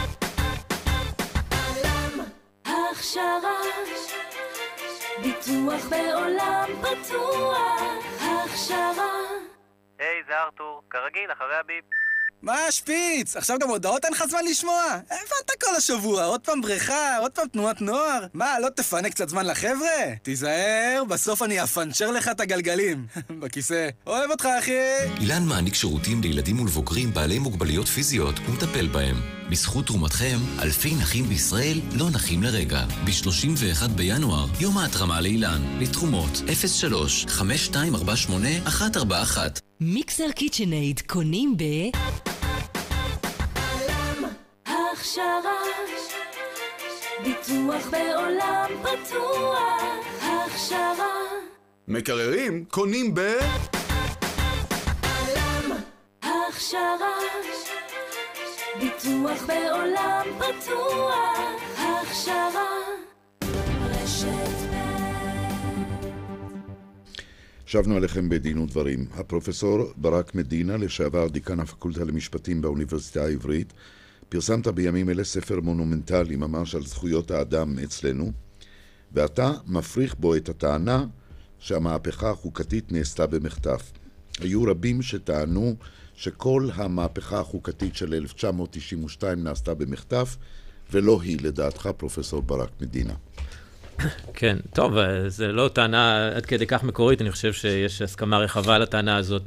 הכשרה, ביטוח בעולם פתוח, הכשרה. היי, זה ארתור, כרגיל, אחרי הביפ. מה שפיץ? עכשיו גם הודעות אין לך זמן לשמוע? איפה אתה כל השבוע? עוד פעם בריכה? עוד פעם תנועת נוער? מה, לא תפנה קצת זמן לחבר'ה? תיזהר, בסוף אני אפנצ'ר לך את הגלגלים. בכיסא. אוהב אותך, אחי! אילן מעניק שירותים לילדים ולבוגרים בעלי מוגבליות פיזיות ומטפל בהם. בזכות תרומתכם, אלפי נכים בישראל לא נחים לרגע. ב-שלושים ואחד בינואר, יום ההתרמה לאילן. לתרומות אפס שלוש חמש שתיים ארבע שמונה אחת ארבע אחת. מיקסר קיצ'נייד קונים ב... הכשרה, ביטוח בעולם פתוח, הכשרה. מקררים קונים ב... הכשרה, ביטוח בעולם פתוח, הכשרה. רשת שבנו עליכם בדין ודברים. הפרופסור ברק מדינה, לשעבר דיקן הפקולטה למשפטים באוניברסיטה העברית, פרסמת בימים אלה ספר מונומנטלי ממש על זכויות האדם אצלנו, ואתה מפריך בו את הטענה שהמהפכה החוקתית נעשתה במחטף. היו רבים שטענו שכל המהפכה החוקתית של אלף תשע מאות תשעים ושתיים נעשתה במחטף, ולא היא לדעתך, פרופסור ברק מדינה. כן, טוב, זה לא טענה עד כדי כך מקורית, אני חושב שיש הסכמה רחבה על הטענה הזאת.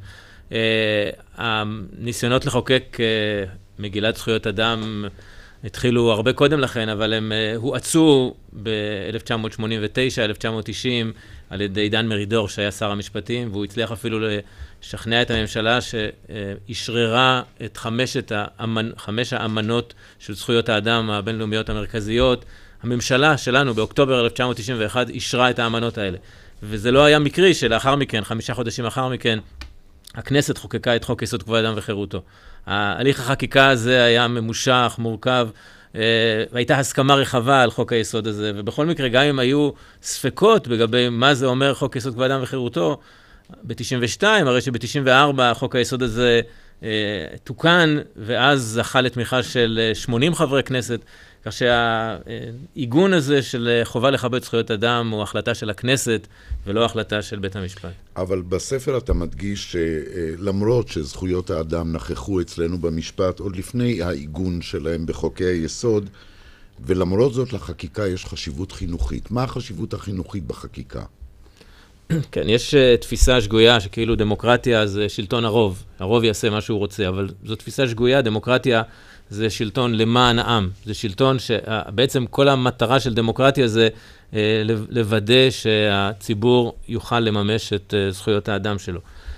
הניסיונות לחוקק מגילת זכויות אדם התחילו הרבה קודם לכן, אבל הם הואצו ב-אלף תשע מאות שמונים ותשע, אלף תשע מאות תשעים, על ידי דן מרידור, שהיה שר המשפטים, והוא הצליח אפילו לשכנע את הממשלה שהשררה את חמשת האמנ... חמש האמנות של זכויות האדם הבינלאומיות המרכזיות. הממשלה שלנו באוקטובר אלף תשע מאות תשעים ואחת אישרה את האמנות האלה. וזה לא היה מקרי שלאחר מכן, חמישה חודשים אחר מכן, הכנסת חוקקה את חוק יסוד כבוד האדם וחירותו. ההליך החקיקה הזה היה ממושך, מורכב, והייתה הסכמה רחבה על חוק היסוד הזה, ובכל מקרה, גם אם היו ספקות לגבי מה זה אומר חוק יסוד כבוד האדם וחירותו, ב-תשעים ושתיים, הרי שב-תשעים וארבע חוק היסוד הזה תוקן, ואז זכה לתמיכה של שמונים חברי כנסת, כך שהעיגון הזה של חובה לכבד זכויות אדם הוא החלטה של הכנסת ולא החלטה של בית המשפט. אבל בספר אתה מדגיש שלמרות שזכויות האדם נכחו אצלנו במשפט עוד לפני העיגון שלהם בחוקי היסוד, ולמרות זאת לחקיקה יש חשיבות חינוכית. מה החשיבות החינוכית בחקיקה? כן, יש תפיסה שגויה שכאילו דמוקרטיה זה שלטון הרוב. הרוב יעשה מה שהוא רוצה, אבל זו תפיסה שגויה, דמוקרטיה זה שלטון למען העם. זה שלטון שבעצם כל המטרה של דמוקרטיה זה לוודא שהציבור יוכל לממש את זכויות האדם שלו.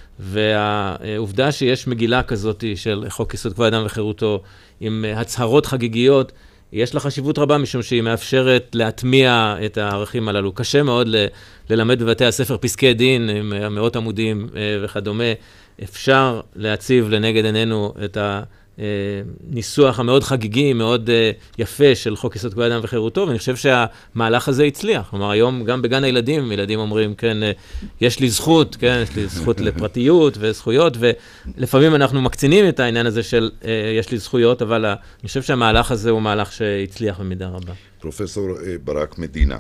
והעובדה שיש מגילה כזאת של חוק יסוד כבוד האדם וחירותו עם הצהרות חגיגיות, יש לה חשיבות רבה משום שהיא מאפשרת להטמיע את הערכים הללו. קשה מאוד ל- ללמד בבתי הספר פסקי דין עם מאות עמודים וכדומה. אפשר להציב לנגד עינינו את הניסוח המאוד חגיגי, מאוד יפה של חוק יסוד כבוד האדם וחירותו, ואני חושב שהמהלך הזה הצליח. כלומר, היום גם בגן הילדים, ילדים אומרים, כן, יש לי זכות, כן, יש לי זכות לפרטיות וזכויות, ולפעמים אנחנו מקצינים את העניין הזה של יש לי זכויות, אבל אני חושב שהמהלך הזה הוא מהלך שהצליח במידה רבה. פרופסור ברק מדינה,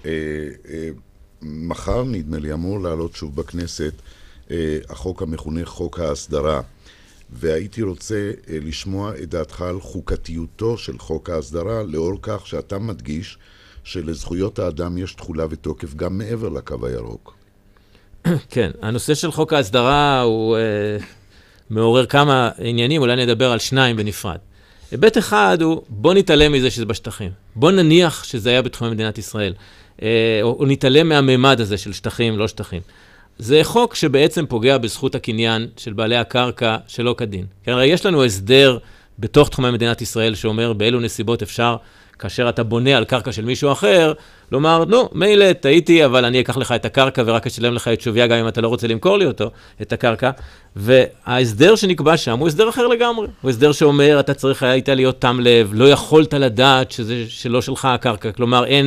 מחר נדמה לי אמור לעלות שוב בכנסת החוק המכונה חוק ההסדרה, והייתי רוצה לשמוע את דעתך על חוקתיותו של חוק ההסדרה, לאור כך שאתה מדגיש שלזכויות האדם יש תחולה ותוקף גם מעבר לקו הירוק. כן, הנושא של חוק ההסדרה הוא אה, מעורר כמה עניינים, אולי נדבר על שניים בנפרד. היבט אחד הוא, בוא נתעלם מזה שזה בשטחים. בוא נניח שזה היה בתחומי מדינת ישראל, אה, או, או נתעלם מהממד הזה של שטחים, לא שטחים. זה חוק שבעצם פוגע בזכות הקניין של בעלי הקרקע שלא כדין. כי הרי יש לנו הסדר בתוך תחומי מדינת ישראל שאומר באילו נסיבות אפשר, כאשר אתה בונה על קרקע של מישהו אחר, לומר, נו, מילא, טעיתי, אבל אני אקח לך את הקרקע ורק אשלם לך את שוויה, גם אם אתה לא רוצה למכור לי אותו, את הקרקע. וההסדר שנקבע שם הוא הסדר אחר לגמרי. הוא הסדר שאומר, אתה צריך היית להיות תם לב, לא יכולת לדעת שזה שלא שלך הקרקע. כלומר, אין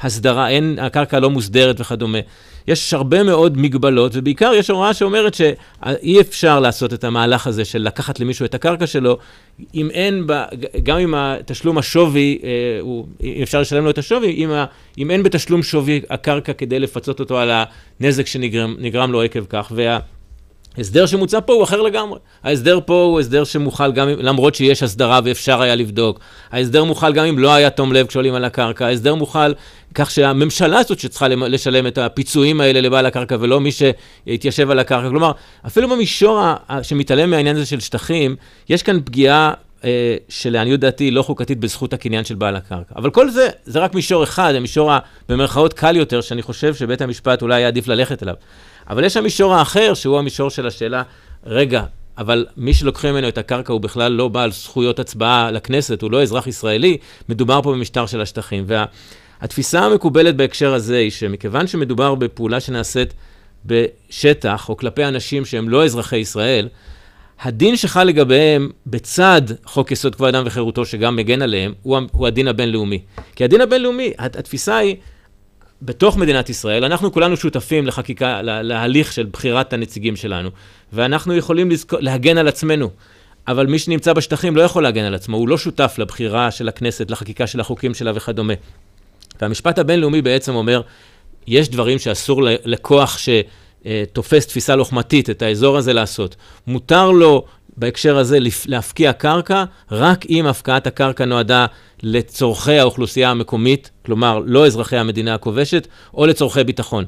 הסדרה, אין, הקרקע לא מוסדרת וכדומה. יש הרבה מאוד מגבלות, ובעיקר יש הוראה שאומרת שאי אפשר לעשות את המהלך הזה של לקחת למישהו את הקרקע שלו, אם אין, בה, גם אם התשלום השווי, אי אפשר לשלם לו את השווי, אם, ה, אם אין בתשלום שווי הקרקע כדי לפצות אותו על הנזק שנגרם נגרם לו עקב כך, וה... הסדר שמוצע פה הוא אחר לגמרי. ההסדר פה הוא הסדר שמוכל גם אם, למרות שיש הסדרה ואפשר היה לבדוק. ההסדר מוכל גם אם לא היה תום לב כשעולים על הקרקע. ההסדר מוכל כך שהממשלה הזאת שצריכה לשלם את הפיצויים האלה לבעל הקרקע ולא מי שהתיישב על הקרקע. כלומר, אפילו במישור שמתעלם מהעניין הזה של שטחים, יש כאן פגיעה אה, שלעניות דעתי לא חוקתית בזכות הקניין של בעל הקרקע. אבל כל זה, זה רק מישור אחד, המישור במרכאות קל יותר, שאני חושב שבית המשפט אולי היה עדיף ללכת אליו. אבל יש המישור האחר, שהוא המישור של השאלה, רגע, אבל מי שלוקחים ממנו את הקרקע הוא בכלל לא בעל זכויות הצבעה לכנסת, הוא לא אזרח ישראלי, מדובר פה במשטר של השטחים. והתפיסה המקובלת בהקשר הזה היא שמכיוון שמדובר בפעולה שנעשית בשטח, או כלפי אנשים שהם לא אזרחי ישראל, הדין שחל לגביהם בצד חוק יסוד כבוד האדם וחירותו, שגם מגן עליהם, הוא, הוא הדין הבינלאומי. כי הדין הבינלאומי, התפיסה היא, בתוך מדינת ישראל, אנחנו כולנו שותפים לחקיקה, להליך של בחירת הנציגים שלנו, ואנחנו יכולים להגן על עצמנו, אבל מי שנמצא בשטחים לא יכול להגן על עצמו, הוא לא שותף לבחירה של הכנסת, לחקיקה של החוקים שלה וכדומה. והמשפט הבינלאומי בעצם אומר, יש דברים שאסור לכוח שתופס תפיסה לוחמתית את האזור הזה לעשות. מותר לו בהקשר הזה להפקיע קרקע, רק אם הפקעת הקרקע נועדה לצורכי האוכלוסייה המקומית, כלומר לא אזרחי המדינה הכובשת, או לצורכי ביטחון.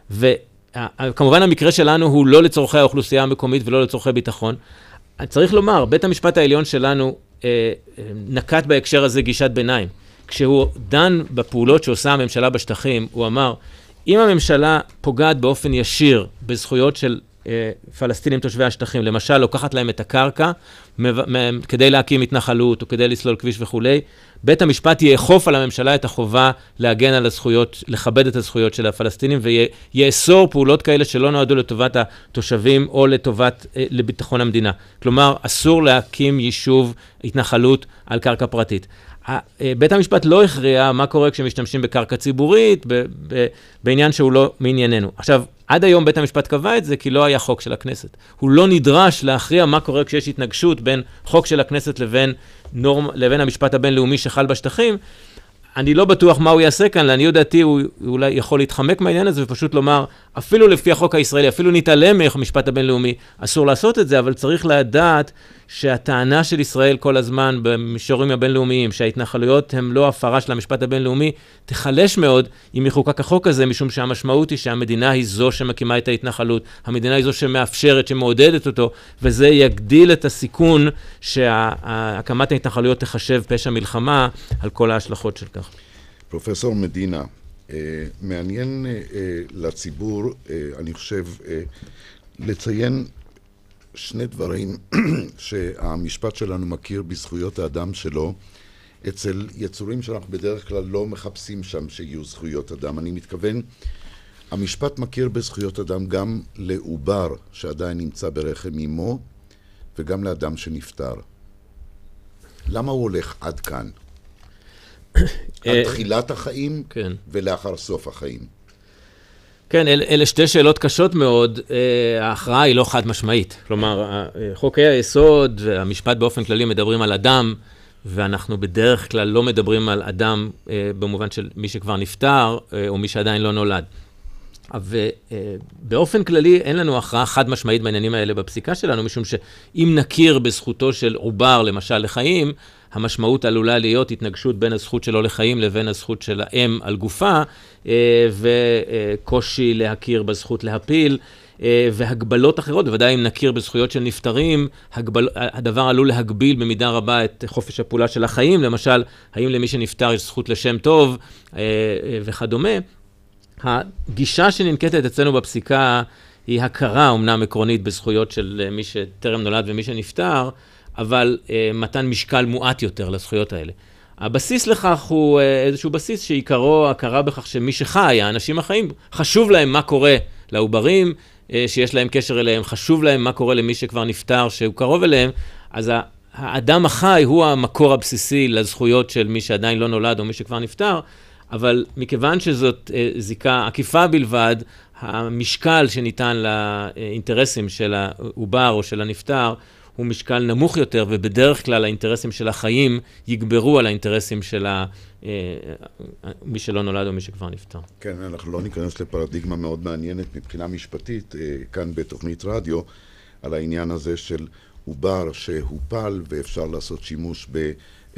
וכמובן המקרה שלנו הוא לא לצורכי האוכלוסייה המקומית ולא לצורכי ביטחון. צריך לומר, בית המשפט העליון שלנו אה, נקט בהקשר הזה גישת ביניים. כשהוא דן בפעולות שעושה הממשלה בשטחים, הוא אמר, אם הממשלה פוגעת באופן ישיר בזכויות של פלסטינים תושבי השטחים, למשל, לוקחת להם את הקרקע, כדי להקים התנחלות, או כדי לסלול כביש וכו', בית המשפט יאכוף על הממשלה את החובה להגן על הזכויות, לכבד את הזכויות של הפלסטינים, ויאסור פעולות כאלה שלא נועדו לטובת התושבים, או לטובת, לביטחון המדינה. כלומר, אסור להקים יישוב, התנחלות, על קרקע פרטית. בית המשפט לא הכריע מה קורה כשמשתמשים בקרקע ציבורית, בעניין שהוא לא מענייננו. עכשיו, עד היום בית המשפט קבע את זה כי לא היה חוק של הכנסת. הוא לא נדרש להכריע מה קורה כשיש התנגשות בין חוק של הכנסת לבין, נורם, לבין המשפט הבינלאומי שחל בשטחים. אני לא בטוח מה הוא יעשה כאן, לעניות דעתי הוא אולי יכול להתחמק מהעניין הזה ופשוט לומר, אפילו לפי החוק הישראלי, אפילו נתעלם מהמשפט הבינלאומי, אסור לעשות את זה, אבל צריך לדעת שהטענה של ישראל כל הזמן במישורים הבינלאומיים, שההתנחלויות הם לא הפרה של המשפט הבינלאומי, תחלש מאוד אם יחוקק החוק הזה, משום שהמשמעות היא שהמדינה היא זו שמקימה את ההתנחלות, המדינה היא זו שמאפשרת, שמעודדת אותו, וזה יגדיל את הסיכון שהקמת ההתנחלויות תחשב פשע מלחמה על כל ההשלכות של כך. פרופסור מדינה, מעניין לציבור, אני חושב, לציין שני דברים שהמשפט שלנו מכיר בזכויות האדם שלו, אצל יצורים שאנחנו בדרך כלל לא מחפשים שם שיהיו זכויות אדם. אני מתכוון, המשפט מכיר בזכויות אדם גם לעובר שעדיין נמצא ברחם אמו, וגם לאדם שנפטר. למה הוא הולך עד כאן? עד תחילת החיים ולאחר סוף החיים. כן, אל, אלה שתי שאלות קשות מאוד. ההכרעה היא לא חד משמעית. כלומר, חוקי היסוד והמשפט באופן כללי מדברים על אדם, ואנחנו בדרך כלל לא מדברים על אדם במובן של מי שכבר נפטר, או מי שעדיין לא נולד. ובאופן כללי אין לנו הכרעה חד משמעית בעניינים האלה בפסיקה שלנו, משום שאם נכיר בזכותו של עובר, למשל לחיים, המשמעות עלולה להיות התנגשות בין הזכות שלו לחיים לבין הזכות של האם על גופה, וקושי להכיר בזכות להפיל, והגבלות אחרות, בוודאי אם נכיר בזכויות של נפטרים, הגבל, הדבר עלול להגביל במידה רבה את חופש הפעולה של החיים, למשל, האם למי שנפטר יש זכות לשם טוב וכדומה. הגישה שננקטת אצלנו בפסיקה היא הכרה אומנם עקרונית בזכויות של מי שטרם נולד ומי שנפטר, אבל uh, מתן משקל מועט יותר לזכויות האלה. הבסיס לכך הוא uh, איזשהו בסיס שעיקרו הכרה בכך שמי שחי, האנשים החיים, חשוב להם מה קורה לעוברים, uh, שיש להם קשר אליהם, חשוב להם מה קורה למי שכבר נפטר, שהוא קרוב אליהם, אז האדם החי הוא המקור הבסיסי לזכויות של מי שעדיין לא נולד או מי שכבר נפטר, אבל מכיוון שזאת זיקה עקיפה בלבד, המשקל שניתן לאינטרסים של העובר או של הנפטר, הוא משקל נמוך יותר, ובדרך כלל האינטרסים של החיים יגברו על האינטרסים של ה... מי שלא נולד או מי שכבר נפטר. כן, אנחנו לא ניכנס לפרדיגמה מאוד מעניינת מבחינה משפטית, כאן בתוכנית רדיו, על העניין הזה של עובר שהופל ואפשר לעשות שימוש ב...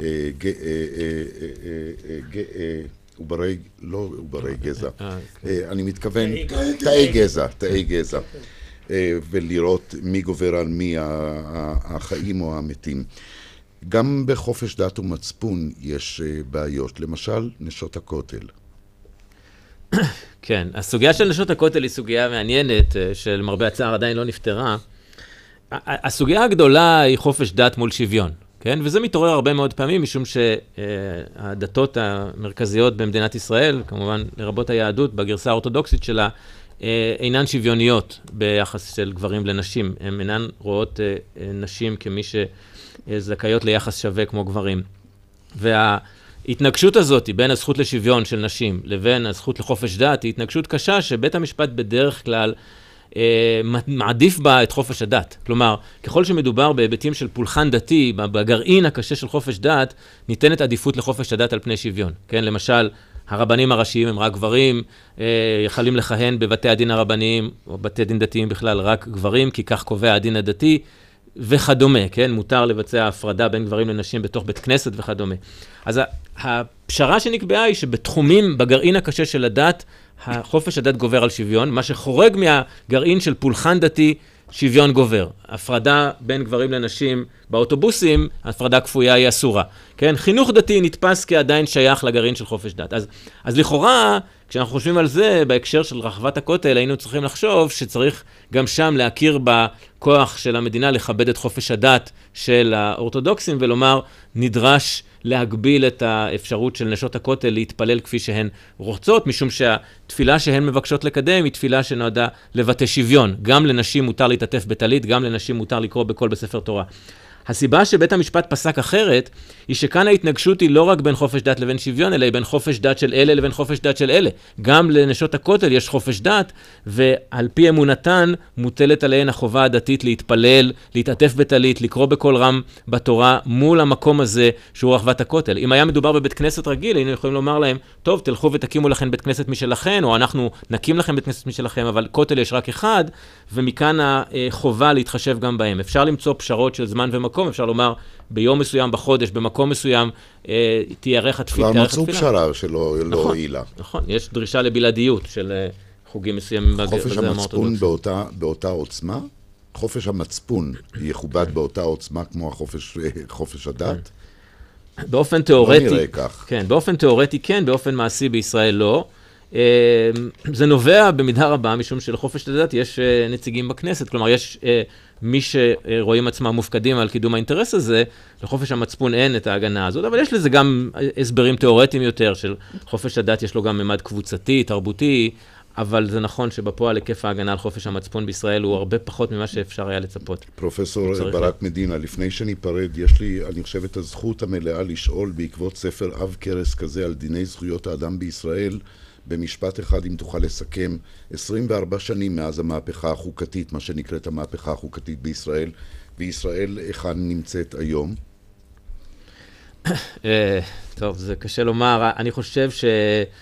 עוברי, לא עוברי גזע, אני מתכוון תאי גזע, תאי גזע. ולראות מי גובר על מי, החיים או המתים. גם בחופש דת ומצפון יש בעיות, למשל נשות הכותל. כן, הסוגיה של נשות הכותל היא סוגיה מעניינת, של מרבה הצער עדיין לא נפתרה. הסוגיה הגדולה היא חופש דת מול שוויון, כן? וזה מתעורר הרבה מאוד פעמים, משום שהדתות המרכזיות במדינת ישראל, כמובן לרבות היהדות, בגרסה האורתודוקסית שלה, אינן שוויוניות ביחס של גברים לנשים. הן אינן רואות נשים כמי שזכאיות ליחס שווה כמו גברים. וההתנגשות הזאת בין הזכות לשוויון של נשים לבין הזכות לחופש דת, היא התנגשות קשה שבית המשפט בדרך כלל מעדיף בה את חופש הדת. כלומר, ככל שמדובר בהיבטים של פולחן דתי, בגרעין הקשה של חופש דת, ניתנת עדיפות לחופש הדת על פני שוויון. כן, למשל, הרבנים הראשיים הם רק גברים, יכולים לכהן בבתי הדין הרבניים, או בתי דין דתיים בכלל, רק גברים, כי כך קובע הדין הדתי, וכדומה, כן? מותר לבצע הפרדה בין גברים לנשים בתוך בית כנסת וכדומה. אז הפשרה שנקבעה היא שבתחומים, בגרעין הקשה של הדת, החופש הדת גובר על שוויון, מה שחורג מהגרעין של פולחן דתי, שוויון גובר. הפרדה בין גברים לנשים באוטובוסים, הפרדה כפויה היא אסורה. כן? חינוך דתי נתפס כעדיין שייך לגרעין של חופש דת. אז, אז לכאורה, כשאנחנו חושבים על זה, בהקשר של רחבת הכותל, היינו צריכים לחשוב שצריך גם שם להכיר בכוח של המדינה לכבד את חופש הדת של האורתודוקסים, ולומר, נדרש להגביל את האפשרות של נשות הכותל להתפלל כפי שהן רוצות, משום שהתפילה שהן מבקשות לקדם היא תפילה שנועדה לבטא שוויון. גם לנשים מותר להתעטף בטלית, גם לנשים מותר לקרוא בקול בספר תורה. הסיבה שבית המשפט פסק אחרת, היא שכאן ההתנגשות היא לא רק בין חופש דת לבין שוויון, אלא היא בין חופש דת של אלה לבין חופש דת של אלה. גם לנשות הכותל יש חופש דת, ועל פי אמונתן מוטלת עליהן החובה הדתית להתפלל, להתעטף בטלית, לקרוא בקול רם בתורה, מול המקום הזה שהוא רחבת הכותל. אם היה מדובר בבית כנסת רגיל, היינו יכולים לומר להם, טוב, תלכו ותקימו לכם בית כנסת משלכם, או אנחנו נקים לכם בית כנסת משלכם, אבל כותל יש רק אחד, ומכאן החובה להתחשב גם בהם. אפשר למצוא פשרות של זמן ומקום, אפשר לומר, ביום מסוים, בחודש, במקום מסוים, אה, תיירך התפילה. כבר מצאו פשרה שלא נכון, הועילה. נכון, יש דרישה לבלעדיות של אה, חוגים מסוימים. חופש המצפון באותה, באותה עוצמה? חופש המצפון יכובד באותה עוצמה כמו החופש, חופש הדת? באופן תיאורטי, לא נראה כך. כן, באופן תיאורטי כן, באופן מעשי בישראל לא. זה נובע במידה רבה, משום שלחופש הדת יש נציגים בכנסת, כלומר יש מי שרואים עצמם מופקדים על קידום האינטרס הזה, לחופש המצפון אין את ההגנה הזאת, אבל יש לזה גם הסברים תיאורטיים יותר, של חופש הדת יש לו גם ממד קבוצתי, תרבותי, אבל זה נכון שבפועל היקף ההגנה על חופש המצפון בישראל הוא הרבה פחות ממה שאפשר היה לצפות. פרופסור ברק מדינה, לפני שניפרד, יש לי, אני חושב, את הזכות המלאה לשאול בעקבות ספר עב כרס כזה על דיני זכויות האדם בישראל, במשפט אחד, אם תוכל לסכם, עשרים וארבע שנים מאז המהפכה החוקתית, מה שנקראת המהפכה החוקתית בישראל, וישראל היכן נמצאת היום? טוב, זה קשה לומר. אני חושב ש...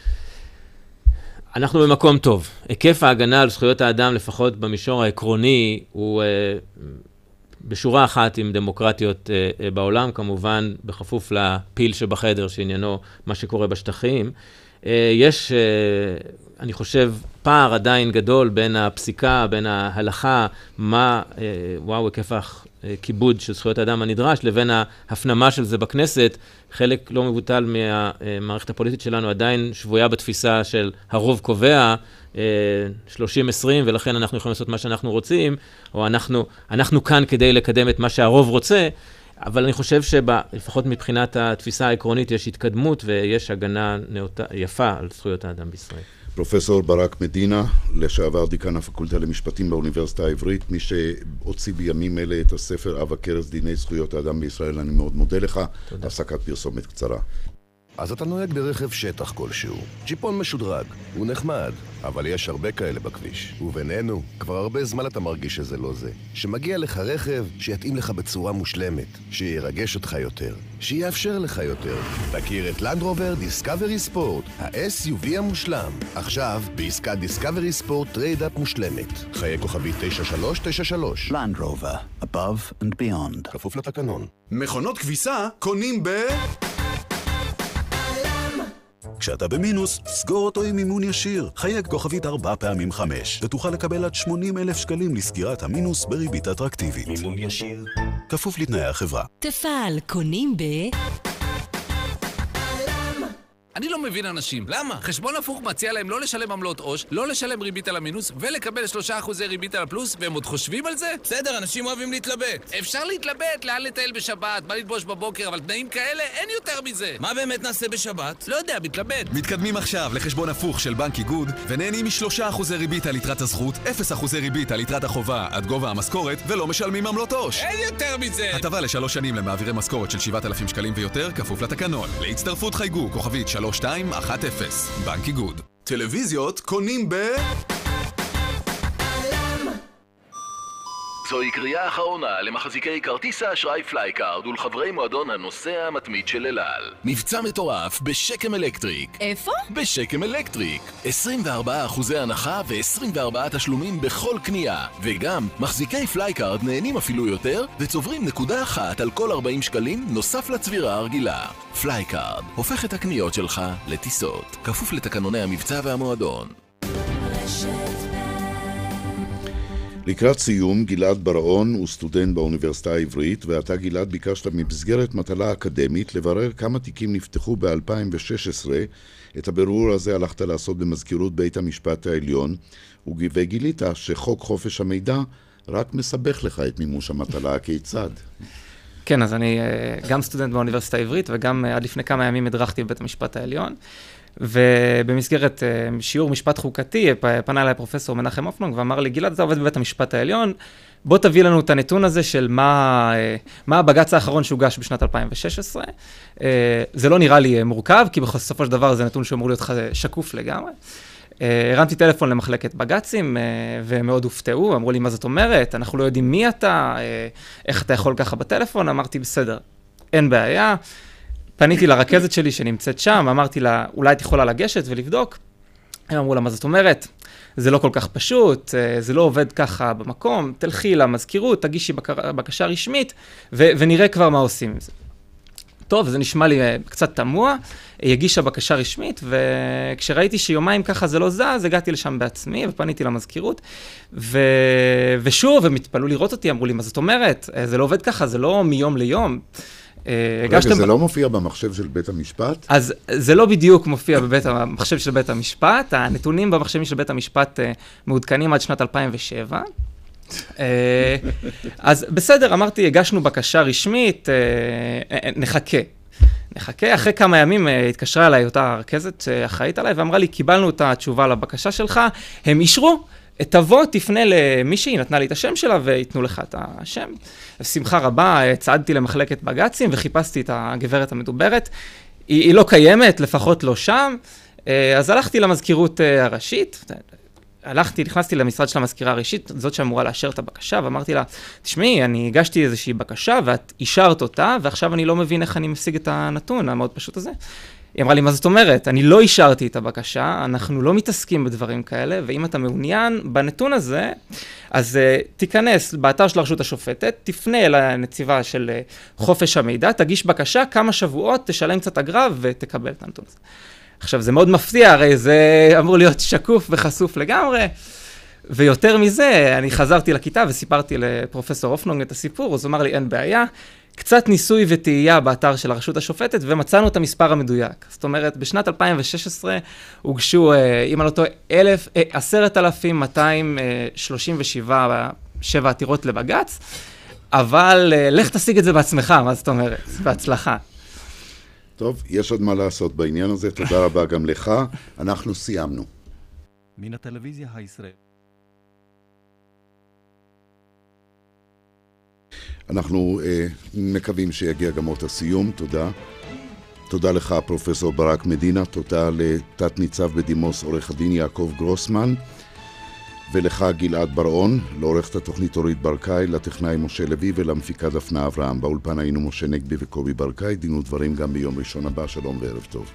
אנחנו במקום טוב. היקף ההגנה על זכויות האדם, לפחות במישור העקרוני, הוא בשורה אחת עם דמוקרטיות בעולם, כמובן בכפוף לפיל שבחדר, שעניינו מה שקורה בשטחים. יש, אני חושב, פער עדיין גדול בין הפסיקה, בין ההלכה, מה, וואו, היקף הכיבוד של זכויות האדם הנדרש, לבין ההפנמה של זה בכנסת. חלק לא מבוטל מהמערכת הפוליטית שלנו עדיין שבויה בתפיסה של הרוב קובע, שלושים עשרים, ולכן אנחנו יכולים לעשות מה שאנחנו רוצים, או אנחנו, אנחנו כאן כדי לקדם את מה שהרוב רוצה, אבל אני חושב שלפחות מבחינת התפיסה העקרונית יש התקדמות ויש הגנה נאותה, יפה על זכויות האדם בישראל. פרופסור ברק מדינה, לשעבר דיקן הפקולטה למשפטים באוניברסיטה העברית, מי שהוציא בימים אלה את הספר עב הכרס דיני זכויות האדם בישראל, אני מאוד מודה לך. תודה. הפסקת פרסומת קצרה. אז אתה נוהג ברכב שטח כלשהו. ג'יפון משודרג, הוא נחמד, אבל יש הרבה כאלה בכביש. ובינינו, כבר הרבה זמן אתה מרגיש שזה לא זה. שמגיע לך רכב שיתאים לך בצורה מושלמת, שירגש אותך יותר, שיאפשר לך יותר. תכיר את לנד רובר דיסקאברי ספורט, ה-אס יו וי המושלם. עכשיו, בעסקת דיסקאברי ספורט טרייד-אפ מושלמת. חיי כוכבי תשע שלוש תשע שלוש. Land Rover, above and beyond. כפוף לתקנון. מכונות כביסה קונים ב... כשאתה במינוס, סגור אותו עם מימון ישיר. חייג כוכבית ארבע פעמים חמש, ותוכל לקבל עד שמונים אלף שקלים לסגירת המינוס בריבית אטרקטיבית. מימון ישיר. כפוף לתנאי החברה. תפעל, קונים ב... אני לא מבין אנשים. למה? חשבון הפוך מציע להם לא לשלם עמלות עו"ש, לא לשלם ריבית על המינוס, ולקבל שלושה אחוזי ריבית על הפלוס, והם עוד חושבים על זה? בסדר, אנשים אוהבים להתלבט. אפשר להתלבט, לאן לטייל בשבת, מה ללבוש בבוקר, אבל תנאים כאלה אין יותר מזה. מה באמת נעשה בשבת? לא יודע, מתלבט. מתקדמים עכשיו לחשבון הפוך של בנק איגוד, ונהנים משלושה אחוזי ריבית על יתרת הזכות, אפס אחוזי ריבית על יתרת החובה עד גובה המשכורת, ולא משלמים עמלות עו"ש. אין יותר מזה. הטבה לשלוש שנים למעבירי משכורת של שבעת אלפים שקלים ויותר, כפוף לתקנון. להצטרפות חייגו כוכבית שלוש שתיים אחת אפס. בנק איגוד. טלוויזיות קונים ב... זוהי קריאה אחרונה למחזיקי כרטיס האשראי פלייקארד ולחברי מועדון הנוסע המתמיד של אל על. מבצע מטורף בשקם אלקטריק. איפה? בשקם אלקטריק. עשרים וארבעה אחוזי הנחה ו-עשרים וארבעה תשלומים בכל קנייה. וגם, מחזיקי פלייקארד נהנים אפילו יותר וצוברים נקודה אחת על כל ארבעים שקלים נוסף לצבירה הרגילה. פלייקארד הופך את הקניות שלך לטיסות. כפוף לתקנוני המבצע והמועדון. לקראת סיום, גלעד ברעון הוא סטודנט באוניברסיטה העברית, ואתה גלעד ביקשת במסגרת מטלה אקדמית לברר כמה תיקים נפתחו ב-אלפיים ושש עשרה. את הבירור הזה הלכת לעשות במזכירות בית המשפט העליון, וגילית שחוק חופש המידע רק מסבך לך את מימוש המטלה. כיצד? כן, אז אני גם סטודנט באוניברסיטה העברית, וגם עד לפני כמה ימים הדרכתי בבית המשפט העליון. ובמסגרת שיעור משפט חוקתי, פנה אליי פרופסור מנחם אופנונג ואמר לי, גלעד, אתה עובד בבית המשפט העליון, בוא תביא לנו את הנתון הזה של מה, מה הבג"ץ האחרון שהוגש בשנת אלפיים ושש עשרה. זה לא נראה לי מורכב, כי בסופו של דבר זה נתון שאמור להיות שקוף לגמרי. הרמתי טלפון למחלקת בג"צים, ומאוד הופתעו, אמרו לי, מה זאת אומרת? אנחנו לא יודעים מי אתה, איך אתה יכול ככה בטלפון? אמרתי, בסדר, אין בעיה. פניתי לרכזת שלי שנמצאת שם, אמרתי לה, אולי את יכולה לגשת ולבדוק. הם אמרו לה, מה זאת אומרת? זה לא כל כך פשוט, זה לא עובד ככה במקום, תלכי למזכירות, תגישי בקשה רשמית, ו- ונראה כבר מה עושים עם זה. טוב, זה נשמע לי קצת תמוה, היא הגישה בקשה רשמית, וכשראיתי שיומיים ככה זה לא זז, הגעתי לשם בעצמי, ופניתי למזכירות, ו... ושוב, הם התפלאו לראות אותי, אמרו לי, מה זאת אומרת? זה לא עובד ככה, זה לא מיום ליום. רגע, זה לא מופיע במחשב של בית המשפט? אז זה לא בדיוק מופיע בבית המחשב של בית המשפט, הנתונים במחשבים של בית המשפט מעודכנים עד שנת אלפיים ושבע. אז בסדר, אמרתי, הגשנו בקשה רשמית, נחכה. נחכה, אחרי כמה ימים התקשרה אליי אותה רכזת שאחראית עליי, ואמרה לי, קיבלנו את התשובה לבקשה שלך, הם אישרו, תבוא, תפנה למישהי, נתנה לי את השם שלה, ויתנו לך את השם. בשמחה רבה, צעדתי למחלקת בג"צים, וחיפשתי את הגברת המדוברת. היא, היא לא קיימת, לפחות לא שם. אז הלכתי למזכירות הראשית, הלכתי, נכנסתי למשרד של המזכירה הראשית, זאת שאמורה לאשר את הבקשה, ואמרתי לה, תשמעי, אני הגשתי איזושהי בקשה, ואת אישרת אותה, ועכשיו אני לא מבין איך אני משיג את הנתון המאוד פשוט הזה. היא אמרה לי, מה זאת אומרת? אני לא אישרתי את הבקשה, אנחנו לא מתעסקים בדברים כאלה, ואם אתה מעוניין בנתון הזה, אז uh, תיכנס באתר של הרשות השופטת, תפנה אל הנציבה של uh, חופש המידע, תגיש בקשה, כמה שבועות, תשלם קצת אגרה ותקבל את הנתון הזה. עכשיו, זה מאוד מפתיע, הרי זה אמור להיות שקוף וחשוף לגמרי, ויותר מזה, אני חזרתי לכיתה וסיפרתי לפרופסור אופנונג את הסיפור, אז הוא אמר לי, אין בעיה, קצת ניסוי ותהייה באתר של הרשות השופטת, ומצאנו את המספר המדויק. זאת אומרת, בשנת אלפיים ושש עשרה הוגשו, אם אני לא טועה, עשרת אלפים מאתיים שלושים ושבע עתירות לבג"ץ, אבל לך תשיג את זה בעצמך, מה זאת אומרת? בהצלחה. טוב, יש עוד מה לעשות בעניין הזה, תודה רבה גם לך, אנחנו סיימנו. מן הטלוויזיה הישראלית. אנחנו אה, מקווים שיגיע גם עוד הסיום, תודה. תודה לך פרופסור ברק מדינה, תודה לתת ניצב בדימוס עורך הדין יעקב גרוסמן, ולך גלעד ברעון, לעורכת התוכנית אורית ברקאי, לטכנאי משה לוי ולמפיקה דפנה אברהם. באולפן היינו משה נגבי וקובי ברקאי, דין ודברים גם ביום ראשון הבא. שלום וערב טוב.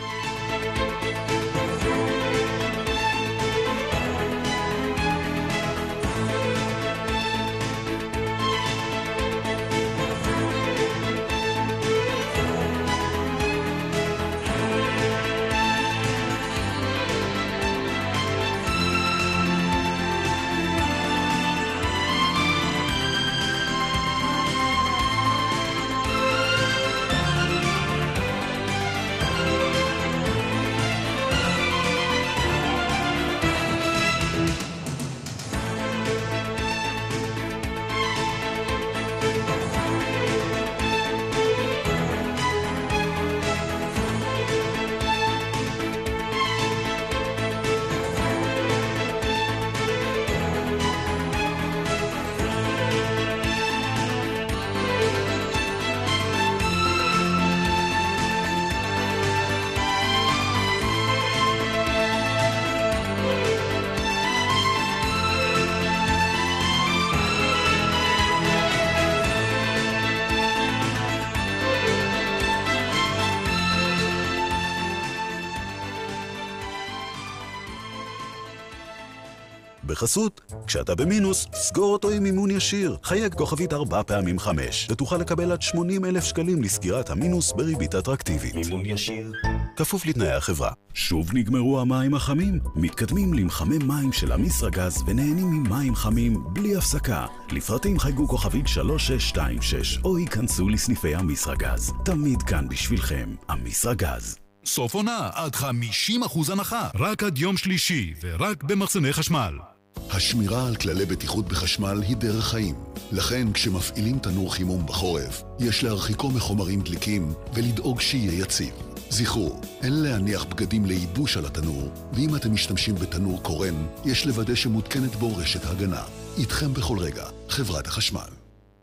בחסות, כשאתה במינוס, סגור אותו עם מימון ישיר. חייג כוכבית ארבע פעמים חמש, ותוכל לקבל עד שמונים אלף שקלים לסגירת המינוס בריבית אטרקטיבית. מימון ישיר. כפוף לתנאי החברה. שוב נגמרו המים החמים? מתקדמים למחמם מים של אמיסרגז ונהנים ממים חמים בלי הפסקה. לפרטים חייגו כוכבית שלוש שש שתיים שש, או ייכנסו לסניפי אמיסרגז. תמיד כאן בשבילכם, אמיסרגז. סוף עונה עד חמישים אחוז הנחה, רק עד יום שלישי ורק במחסני חשמל. השמירה על כללי בטיחות בחשמל היא דרך חיים. לכן כשמפעילים תנור חימום בחורף, יש להרחיקו מחומרים דליקים ולדאוג שיהיה יציב. זכרו, אין להניח בגדים לייבוש על התנור, ואם אתם משתמשים בתנור קורן, יש לוודא שמותקנת בו רשת הגנה. איתכם בכל רגע, חברת החשמל.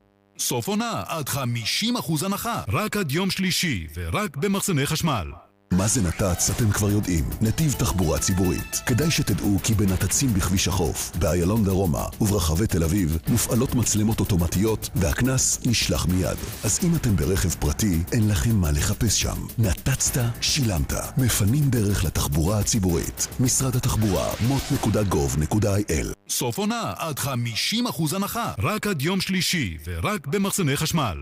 סוף עונה עד חמישים אחוז הנחה, רק עד יום שלישי ורק במחסני חשמל. מה זה נת"צ אתם כבר יודעים, נתיב תחבורה ציבורית. כדאי שתדעו כי בנת"צים בכביש החוף, באיילון דרומה וברחבי תל אביב מופעלות מצלמות אוטומטיות והכנס נשלח מיד. אז אם אתם ברכב פרטי, אין לכם מה לחפש שם. נת"צת, שילמת. מפנים דרך לתחבורה הציבורית. משרד התחבורה, מוט נקודה גוב נקודה איי אל. סוף עונה עד חמישים אחוז הנחה, רק עד יום שלישי ורק במחסני חשמל.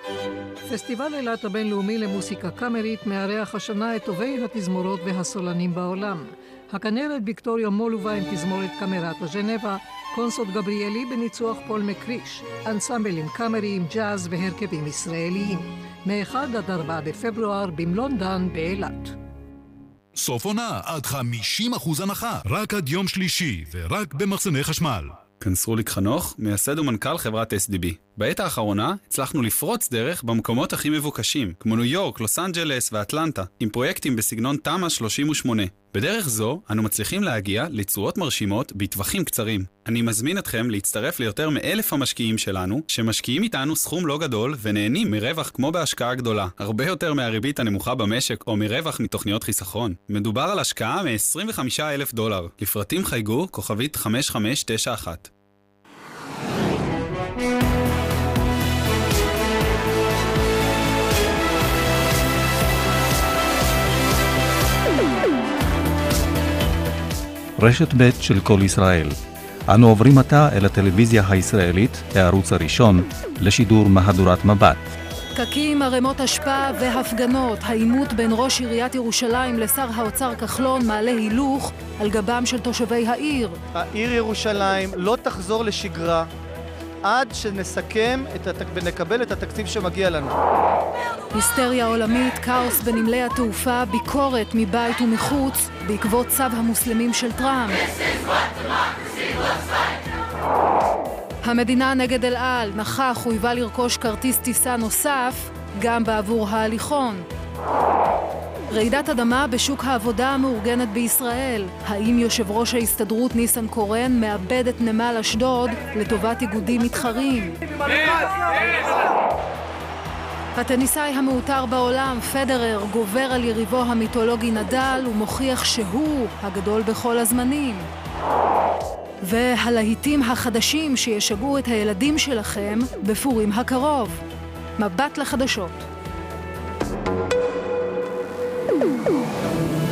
פסטיבל אילת הבינלאומי למוסיקה קאמרית מארח השנה את טובי התזמורות והסולנים בעולם. הכנרת ויקטוריה מולובה עם תזמורת קאמרטה ז'נבה, קונסורט גבריאלי בניצוח פול מקריש, אנסמבלים קאמריים, ג'אז והרכבים ישראליים. מ-אחד עד ארבעה בפברואר במלונדון באילת. סוף עונה עד חמישים אחוז הנחה, רק עד יום שלישי ורק במחסני חשמל. כנסרוליק חנוך, מייסד ומנכ"ל חברת אס די בי. בעת האחרונה הצלחנו לפרוץ דרך במקומות הכי מבוקשים, כמו ניו יורק, לוס אנג'לס ואטלנטה, עם פרויקטים בסגנון תמ"א שלושים ושמונה. בדרך זו אנו מצליחים להגיע לצורות מרשימות בטווחים קצרים. אני מזמין אתכם להצטרף ליותר מאלף המשקיעים שלנו, שמשקיעים איתנו סכום לא גדול ונהנים מרווח כמו בהשקעה גדולה, הרבה יותר מהריבית הנמוכה במשק או מרווח מתוכניות חיסכון. מדובר על השקעה מ-עשרים וחמישה אלף דולר. לפרטים חייגו כוכבית חמש חמש תשע אחת. רשת ב' של כל ישראל. אנו עוברים עתה אל הטלוויזיה הישראלית, הערוץ הראשון, לשידור מהדורת מבט. פקקים, ערימות אשפה והפגנות. העימות בין ראש עיריית ירושלים לשר האוצר כחלון מעלה הילוך על גבם של תושבי העיר. העיר ירושלים לא תחזור לשגרה עד שנסכם את התק... ונקבל את התקציב שמגיע לנו. היסטריה עולמית, כאוס בנמלי התעופה, ביקורת מבית ומחוץ בעקבות צו המוסלמים של טראמפ. המדינה נגד אל על, נכח חויבה לרכוש כרטיס טיסה נוסף גם בעבור ההליכון. רעידת אדמה בשוק העבודה המאורגנת בישראל. האם יושב ראש ההסתדרות ניסנקורן מאבד את נמל אשדוד לטובת איגודים מתחרים? הטניסאי המעוטר בעולם, פדרר, גובר על יריבו המיתולוגי נדל ומוכיח שהוא הגדול בכל הזמנים. והלהיטים החדשים שישגעו את הילדים שלכם בפורים הקרוב. מבט לחדשות.